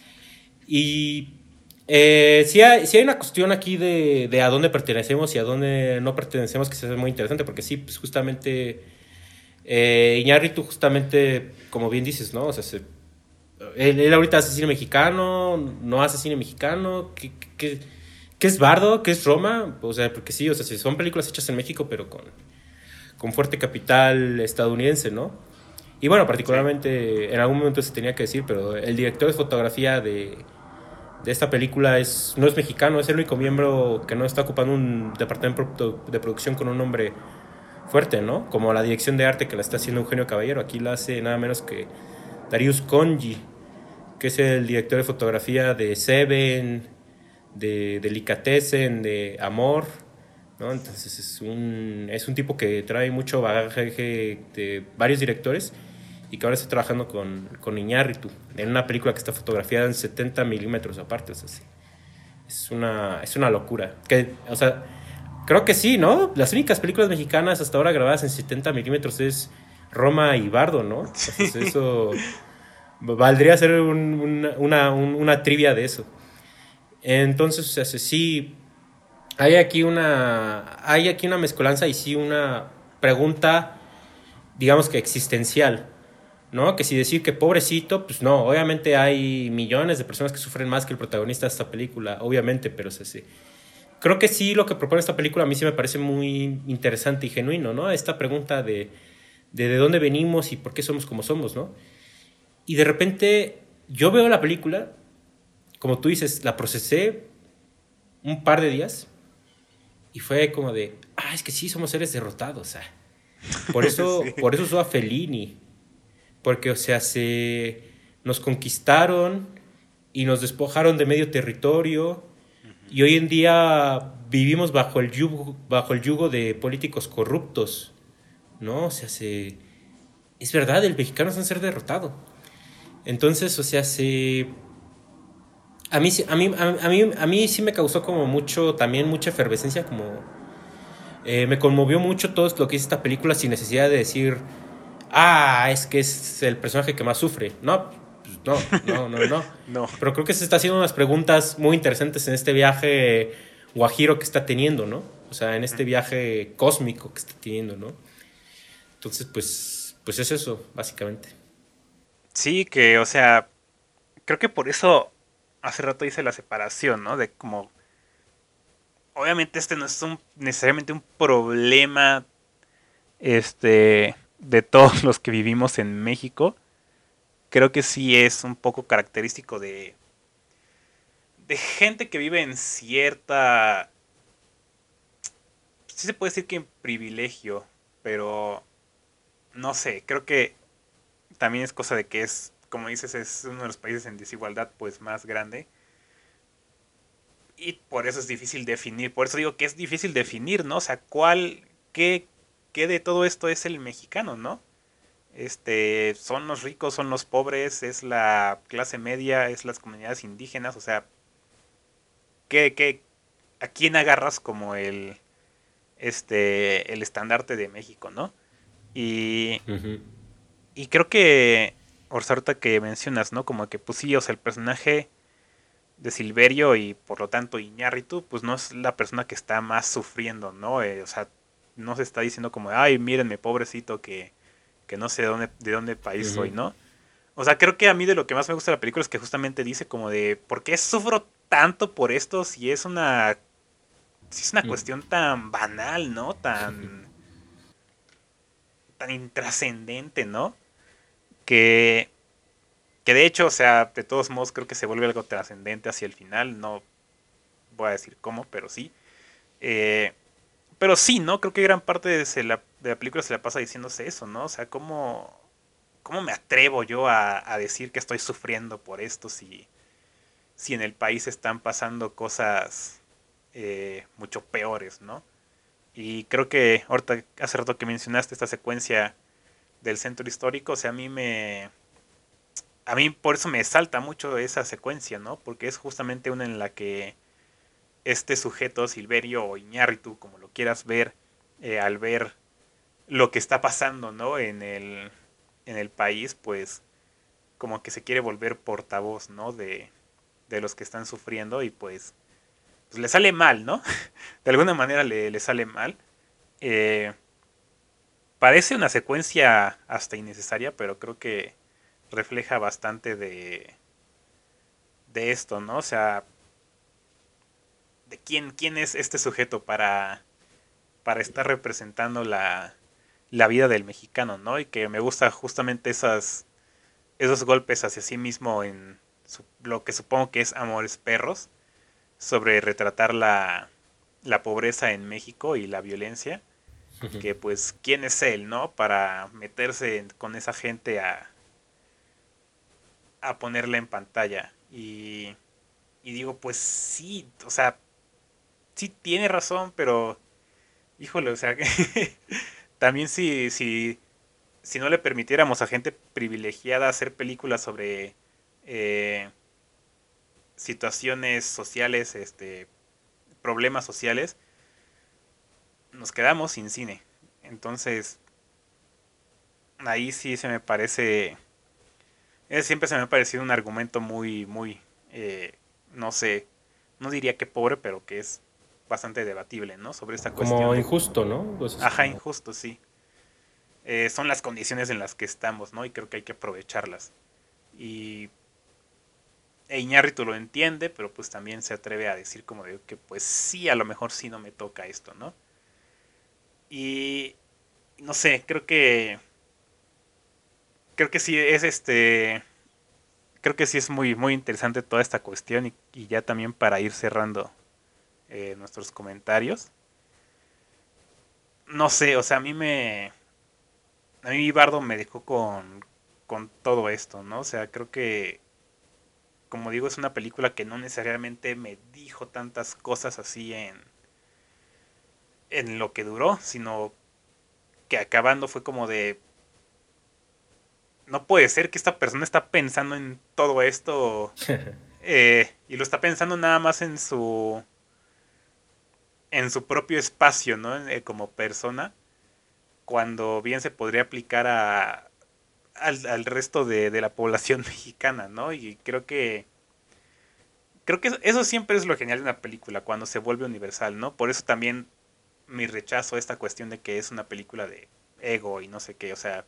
Y sí hay una cuestión aquí de a dónde pertenecemos y a dónde no pertenecemos, que se hace muy interesante, porque sí, pues justamente Iñárritu, justamente, como bien dices, ¿no? O sea, él ahorita hace cine mexicano, no hace cine mexicano, ¿qué es Bardo? ¿Qué es Roma? O sea, porque sí, o sea, sí, son películas hechas en México, pero con fuerte capital estadounidense, ¿no? Y bueno, Sí. particularmente, en algún momento se tenía que decir, pero el director de fotografía de esta película no es mexicano, es el único miembro que no está ocupando un departamento de producción con un nombre fuerte, ¿no? Como la dirección de arte que la está haciendo Eugenio Caballero. Aquí la hace nada menos que Darius Conji, que es el director de fotografía de Seven, de Delicatessen, de Amor, ¿no? Entonces es un tipo que trae mucho bagaje de varios directores y que ahora está trabajando con Iñárritu en una película que está fotografiada en 70 milímetros aparte. O sea, sí, es una locura. O sea, creo que sí, ¿no? Las únicas películas mexicanas hasta ahora grabadas en 70 milímetros es Roma y Bardo, ¿no? O sea, Sí. eso valdría ser una trivia de eso. Entonces, o sea, sí, hay aquí una mezcolanza y sí una pregunta, digamos que existencial, ¿no? Que si decir que pobrecito, pues no, obviamente hay millones de personas que sufren más que el protagonista de esta película, obviamente, pero o sea, sí. Creo que sí, lo que propone esta película a mí sí me parece muy interesante y genuino, ¿no? Esta pregunta de dónde venimos y por qué somos como somos, ¿no? Y de repente yo veo la película, como tú dices, la procesé un par de días y fue como es que sí, somos seres derrotados, o sea. Por Sí. eso, por eso soy a Fellini, porque, o sea, nos conquistaron y nos despojaron de medio territorio Ujú. y hoy en día vivimos bajo el yugo de políticos corruptos, ¿no? O sea, es verdad, el mexicano es un ser derrotado. Entonces, o sea, a mí sí me causó como mucho, también mucha efervescencia, como me conmovió mucho todo lo que hizo esta película sin necesidad de decir, es que es el personaje que más sufre. No, pues no, no, no, no. No. Pero creo que se está haciendo unas preguntas muy interesantes en este viaje guajiro que está teniendo, ¿no? O sea, en este viaje cósmico que está teniendo, ¿no? Entonces, pues es eso, básicamente. Sí, que, o sea, creo que por eso hace rato hice la separación, ¿no? De como, obviamente este no es necesariamente un problema, de todos los que vivimos en México. Creo que sí es un poco característico de gente que vive en cierta, sí se puede decir que en privilegio, pero no sé, creo que también es cosa de que es, como dices, es uno de los países en desigualdad pues más grande. Y por eso es difícil definir. Por eso digo que es difícil definir, ¿no? O sea, qué, qué de todo esto es el mexicano, ¿no? Son los ricos, son los pobres, es la clase media, es las comunidades indígenas, o sea, ¿qué, a quién agarras como el estandarte de México, ¿no? Y, Ujú. y creo que, ahorita que mencionas, ¿no? Como que, pues sí, o sea, el personaje de Silverio y por lo tanto Iñárritu, pues no es la persona que está más sufriendo, ¿no? O sea, no se está diciendo como, ay, mírenme, pobrecito, que no sé de dónde país soy, Ujú. ¿no? O sea, creo que a mí de lo que más me gusta de la película es que justamente dice como de, ¿por qué sufro tanto por esto si es una cuestión tan banal, ¿no? Tan intrascendente, ¿no? Que, que de hecho, o sea, de todos modos creo que se vuelve algo trascendente hacia el final, no voy a decir cómo, pero sí. Eh, pero sí, ¿no? Creo que gran parte de la película se la pasa diciéndose eso, ¿no? O sea, ¿cómo me atrevo yo a decir que estoy sufriendo por esto si en el país están pasando cosas mucho peores, ¿no? Y creo que ahorita, hace rato que mencionaste esta secuencia del centro histórico, o sea, a mí por eso me salta mucho esa secuencia, ¿no? Porque es justamente una en la que este sujeto, Silverio o Iñárritu, como lo quieras ver, al ver lo que está pasando, ¿no? En el país, pues como que se quiere volver portavoz, ¿no? De los que están sufriendo y pues le sale mal, ¿no? De alguna manera le sale mal. Eh, Parece una secuencia hasta innecesaria, pero creo que refleja bastante de esto, ¿no? O sea, de quién es este sujeto para estar representando la vida del mexicano, ¿no? Y que me gusta justamente esos golpes hacia sí mismo en lo que supongo que es Amores Perros, sobre retratar la pobreza en México y la violencia, que pues quién es él, ¿no? Para meterse con esa gente a ponerla en pantalla. Y digo, pues sí, o sea, sí tiene razón, pero híjole, o sea, también si no le permitiéramos a gente privilegiada hacer películas sobre eh, situaciones sociales, problemas sociales, nos quedamos sin cine. Entonces, ahí sí se me parece, siempre se me ha parecido un argumento muy, no sé, no diría que pobre, pero que es bastante debatible, ¿no? Sobre esta cuestión Como de, injusto, ¿no? Pues es ajá, como... injusto, sí. Son las condiciones en las que estamos, ¿no? Y creo que hay que aprovecharlas. Y Iñárritu lo entiende, pero pues también se atreve a decir como de que pues sí, a lo mejor sí no me toca esto, ¿no? Y no sé, creo que sí es creo que sí es muy interesante toda esta cuestión y ya también para ir cerrando nuestros comentarios. No sé, o sea, a mí Bardo me dejó con todo esto, ¿no? O sea, creo que como digo, es una película que no necesariamente me dijo tantas cosas así en lo que duró, sino que acabando fue como de, no puede ser que esta persona está pensando en todo esto y lo está pensando nada más en su propio espacio, ¿no? Como persona, cuando bien se podría aplicar al resto de la población mexicana, ¿no? Y creo que eso siempre es lo genial de una película, cuando se vuelve universal, ¿no? Por eso también mi rechazo a esta cuestión de que es una película de ego y no sé qué, o sea,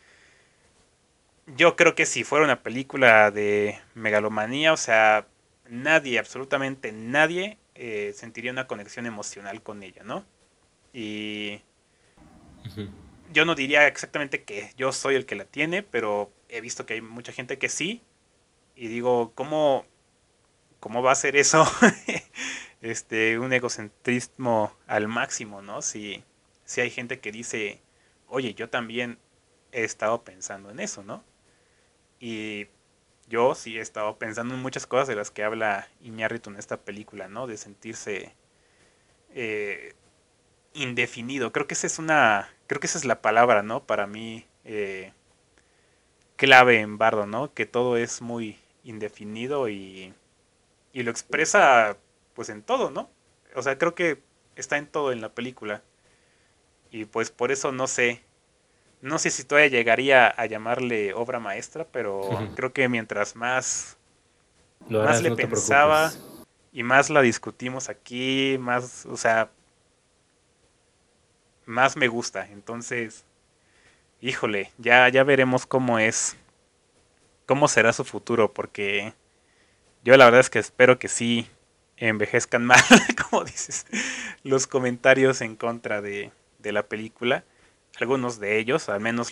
yo creo que si fuera una película de megalomanía, o sea, nadie, absolutamente nadie, sentiría una conexión emocional con ella, ¿no? Y yo no diría exactamente que yo soy el que la tiene, pero he visto que hay mucha gente que sí, y digo, cómo va a ser eso? Un egocentrismo al máximo, ¿no? Si hay gente que dice, oye, yo también he estado pensando en eso, ¿no? Y yo sí he estado pensando en muchas cosas de las que habla Iñárritu en esta película, ¿no? De sentirse eh, indefinido. Creo que esa es la palabra, ¿no? Para mí, clave en Bardo, ¿no? Que todo es muy indefinido y lo expresa, pues en todo, ¿no? O sea, creo que está en todo en la película. Y pues por eso no sé si todavía llegaría a llamarle obra maestra, pero creo que mientras Lo más harás, le no te pensaba preocupes. y más la discutimos aquí, más, o sea, más me gusta. Entonces, híjole, ya veremos cómo será su futuro, porque yo la verdad es que espero que sí. envejezcan mal, como dices, los comentarios en contra de la película. Algunos de ellos,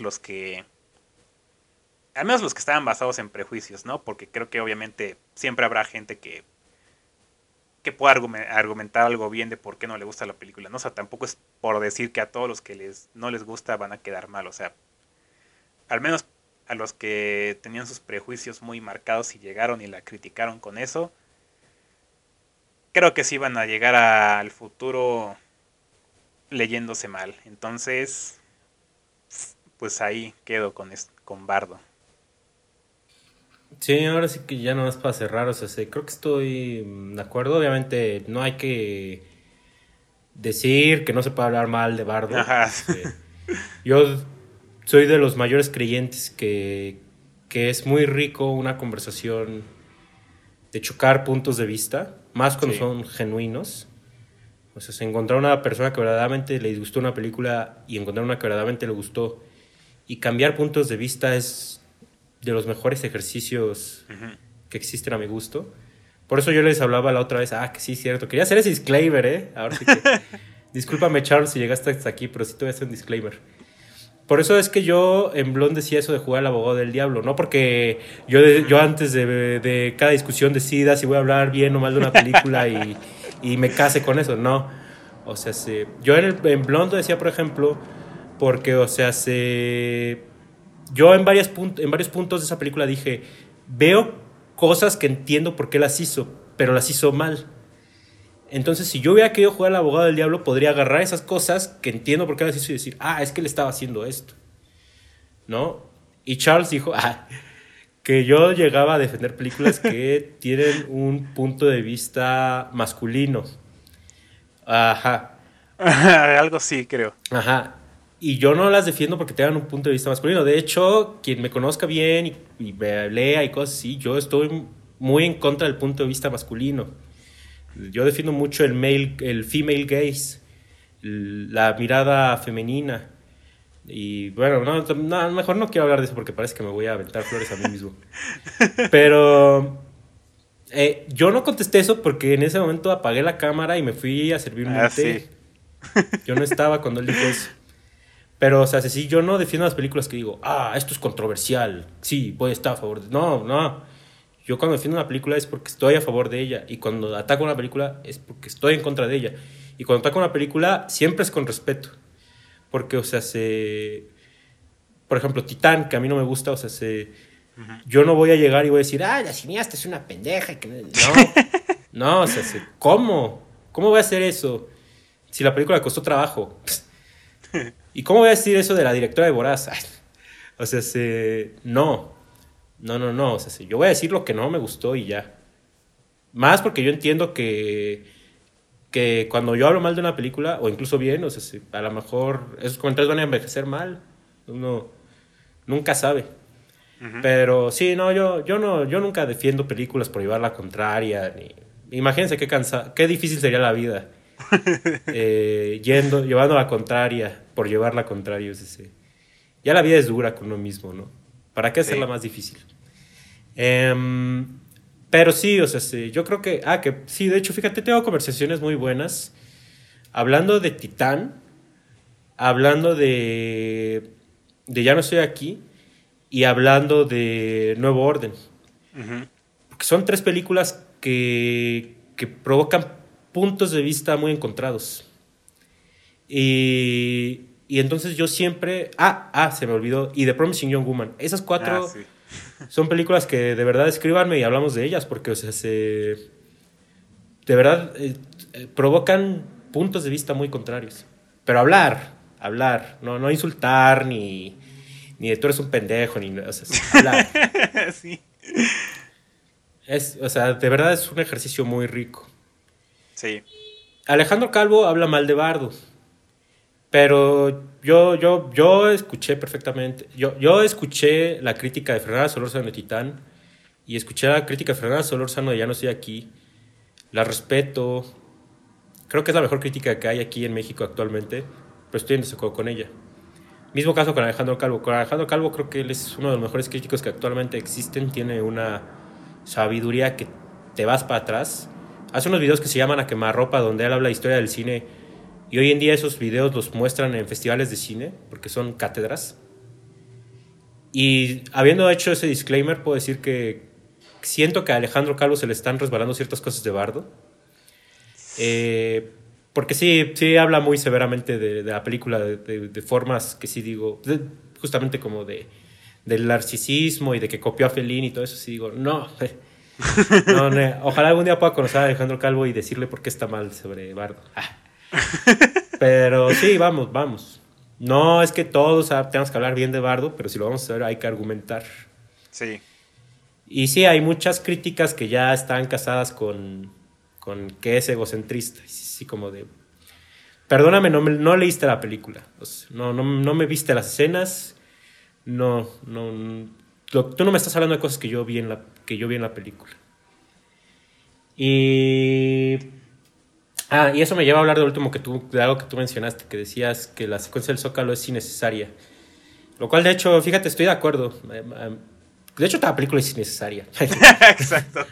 al menos los que estaban basados en prejuicios, ¿no? Porque creo que obviamente siempre habrá gente que pueda argumentar algo bien de por qué no le gusta la película, ¿no? O sea, tampoco es por decir que a todos los que no les gusta van a quedar mal, o sea, al menos a los que tenían sus prejuicios muy marcados y llegaron y la criticaron con eso, creo que sí van a llegar al futuro leyéndose mal. Entonces, pues ahí quedo con Bardo. Sí, ahora sí que ya no es para cerrar, o sea, creo que estoy de acuerdo. Obviamente no hay que decir que no se puede hablar mal de Bardo. Ajá. Yo soy de los mayores creyentes que es muy rico una conversación de chocar puntos de vista, más cuando Sí. son genuinos. O sea, se encontrar una persona que verdaderamente le gustó una película y encontrar una que verdaderamente le gustó y cambiar puntos de vista es de los mejores ejercicios Ujú. que existen a mi gusto. Por eso yo les hablaba la otra vez, que sí, cierto. Quería hacer ese disclaimer, ¿eh? Ahora sí que... Discúlpame, Charles, si llegaste hasta aquí, pero sí te voy a hacer un disclaimer. Por eso es que yo en Blonde decía eso de jugar al abogado del diablo, no porque yo antes de cada discusión decida si voy a hablar bien o mal de una película y me case con eso, no. O sea, yo en Blonde decía, por ejemplo, porque, o sea, yo en varios puntos de esa película dije, veo cosas que entiendo por qué las hizo, pero las hizo mal. Entonces, si yo hubiera querido jugar al abogado del diablo, podría agarrar esas cosas que entiendo por qué las hizo y decir, es que él estaba haciendo esto, ¿no? Y Charles dijo, que yo llegaba a defender películas que tienen un punto de vista masculino. Ajá. Algo sí, creo. Ajá. Y yo no las defiendo porque tengan un punto de vista masculino. De hecho, quien me conozca bien y me lea y cosas así, yo estoy muy en contra del punto de vista masculino. Yo defiendo mucho el female gaze, la mirada femenina. Y bueno, mejor no quiero hablar de eso porque parece que me voy a aventar flores a mí mismo. Pero yo no contesté eso porque en ese momento apagué la cámara y me fui a servirme un Sí. té. Yo no estaba cuando él dijo eso. Pero, o sea, sí, yo no defiendo las películas que digo, esto es controversial. Sí, voy a estar a favor de... No, no. Yo cuando defiendo una película es porque estoy a favor de ella. Y cuando ataco una película es porque estoy en contra de ella. Y cuando ataco una película siempre es con respeto. Porque, o sea, por ejemplo, Titán, que a mí no me gusta, o sea, yo no voy a llegar y voy a decir, la cineasta es una pendeja. No, o sea, ¿cómo? ¿Cómo voy a hacer eso? Si la película costó trabajo. ¿Y cómo voy a decir eso de la directora de Voraz? O sea, no. No. O sea, yo voy a decir lo que no me gustó y ya. Más porque yo entiendo que cuando yo hablo mal de una película, o incluso bien, o sea, a lo mejor esos comentarios van a envejecer mal. Uno nunca sabe. Ujú. Pero sí, no, yo nunca defiendo películas por llevar la contraria. Imagínense qué difícil sería la vida. Llevando la contraria, por llevar la contraria. Ya la vida es dura con uno mismo, ¿no? ¿Para qué hacerla Sí. más difícil? Pero sí, o sea, yo creo que sí, de hecho, fíjate, tengo conversaciones muy buenas hablando de Titán, hablando de Ya no estoy aquí y hablando de Nuevo Orden. Ujú. Porque son tres películas que provocan puntos de vista muy encontrados. Y entonces yo siempre... se me olvidó. Y The Promising Young Woman. Esas cuatro Sí. son películas que de verdad escríbanme y hablamos de ellas. Porque, o sea, de verdad provocan puntos de vista muy contrarios. Pero hablar. No insultar ni de tú eres un pendejo. O sea, hablar. Sí. O sea, de verdad es un ejercicio muy rico. Sí. Alejandro Calvo habla mal de Bardo. Pero yo escuché perfectamente. Yo escuché la crítica de Fernanda Solórzano de Titán. Y escuché la crítica de Fernanda Solórzano de Ya no estoy aquí. La respeto. Creo que es la mejor crítica que hay aquí en México actualmente. Pero estoy en desacuerdo con ella. Mismo caso con Alejandro Calvo. Con Alejandro Calvo creo que él es uno de los mejores críticos que actualmente existen. Tiene una sabiduría que te vas para atrás. hace unos videos que se llaman A Quemarropa, donde él habla de historia del cine. Y hoy en día esos videos los muestran en festivales de cine, porque son cátedras. Y habiendo hecho ese disclaimer, puedo decir que siento que a Alejandro Calvo se le están resbalando ciertas cosas de bardo. Porque sí habla muy severamente de la película, de formas que sí digo, justamente como del narcisismo y de que copió a Fellini y todo eso, sí digo, no, no, ojalá algún día pueda conocer a Alejandro Calvo y decirle por qué está mal sobre Bardo. Pero sí, vamos. No es que todos tenemos que hablar bien de Bardo, pero si lo vamos a hacer hay que argumentar. Sí. Y sí, hay muchas críticas que ya están casadas con que es egocentrista. Sí, como de... Perdóname, no leíste la película. O sea, no me viste las escenas. Tú no me estás hablando de cosas que yo vi en la película. Y eso me lleva a hablar de algo que tú mencionaste, que decías que la secuencia del Zócalo es innecesaria. Lo cual, de hecho, fíjate, estoy de acuerdo. De hecho, toda la película es innecesaria. Exacto.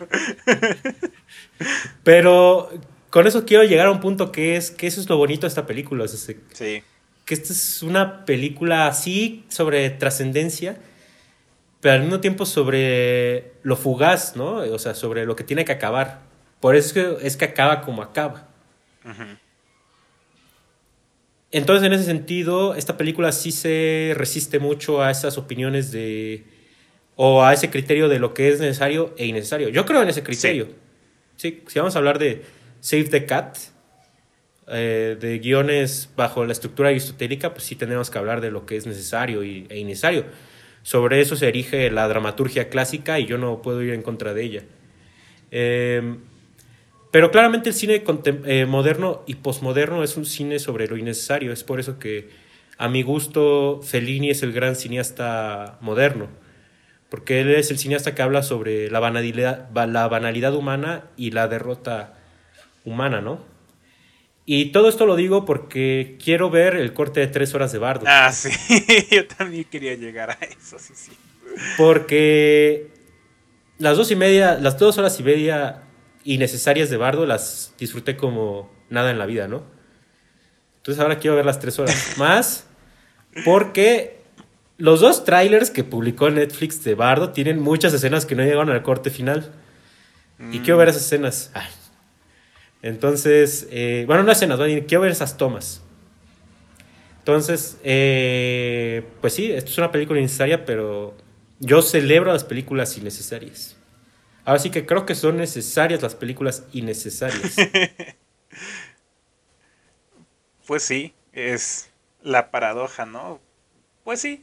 Pero con eso quiero llegar a un punto que eso es lo bonito de esta película. O sea, sí. Que esta es una película así sobre trascendencia, pero al mismo tiempo sobre lo fugaz, ¿no? O sea, sobre lo que tiene que acabar. Por eso es que acaba como acaba. Uh-huh. Entonces, en ese sentido, esta película sí se resiste mucho a esas opiniones o a ese criterio de lo que es necesario e innecesario. Yo creo en ese criterio. Sí, si vamos a hablar de Save the Cat, de guiones bajo la estructura aristotélica, pues sí tenemos que hablar de lo que es necesario e innecesario. Sobre eso se erige la dramaturgia clásica y yo no puedo ir en contra de ella. Pero claramente el cine moderno y posmoderno es un cine sobre lo innecesario. Es por eso que, a mi gusto, Fellini es el gran cineasta moderno. Porque él es el cineasta que habla sobre la banalidad humana y la derrota humana, ¿no? Y todo esto lo digo porque quiero ver el corte de 3 horas de Bardo. Ah, sí. Yo también quería llegar a eso, sí. Porque las 2 horas y media innecesarias de Bardo las disfruté como nada en la vida, ¿no? Entonces ahora quiero ver las 3 horas más, porque los 2 trailers que publicó Netflix de Bardo tienen muchas escenas que no llegaron al corte final. Y quiero ver esas escenas. Entonces, bueno, no escenas, quiero ver esas tomas. Entonces, pues sí, esto es una película innecesaria, pero yo celebro las películas innecesarias. Ahora sí que creo que son necesarias las películas innecesarias. Pues sí, es la paradoja, ¿no? Pues sí,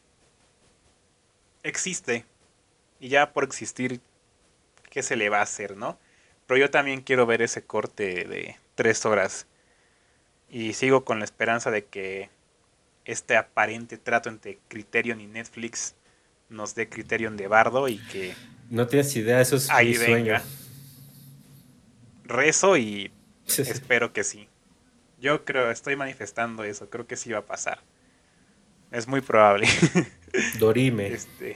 existe. Y ya por existir, ¿qué se le va a hacer, no? Pero yo también quiero ver ese corte de 3 horas. Y sigo con la esperanza de que este aparente trato entre Criterion y Netflix nos dé Criterion de Bardo y que No tienes idea, eso es ahí mi sueño. venga. Rezo y espero que sí. Yo creo, estoy manifestando eso, creo que sí va a pasar. Es muy probable. Dorime.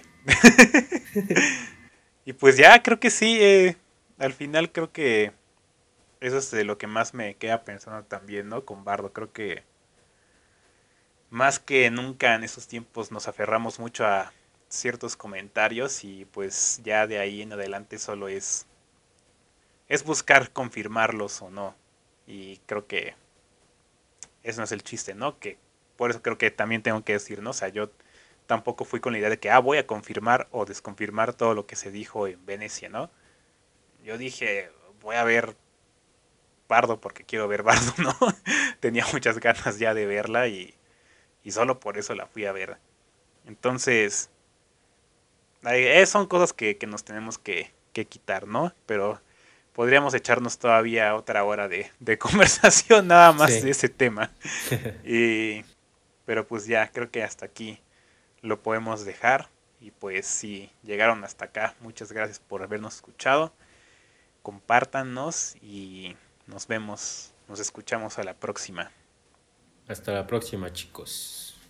Y pues ya, creo que sí. Al final creo que eso es de lo que más me queda pensando también, ¿no? Con Bardo. Creo que más que nunca en estos tiempos nos aferramos mucho a ciertos comentarios y pues ya de ahí en adelante solo es buscar confirmarlos o no. Y creo que eso no es el chiste, ¿no? Que por eso creo que también tengo que decir, ¿no? O sea, yo tampoco fui con la idea de que voy a confirmar o desconfirmar todo lo que se dijo en Venecia, ¿no? Yo dije, voy a ver Bardo porque quiero ver Bardo, ¿no? Tenía muchas ganas ya de verla y solo por eso la fui a ver. Entonces, son cosas que nos tenemos que quitar, ¿no? Pero podríamos echarnos todavía otra hora de conversación nada más de ese tema. Pero pues ya, creo que hasta aquí lo podemos dejar. Y pues si llegaron hasta acá, muchas gracias por habernos escuchado. Compártanos y nos vemos, nos escuchamos a la próxima. Hasta la próxima, chicos.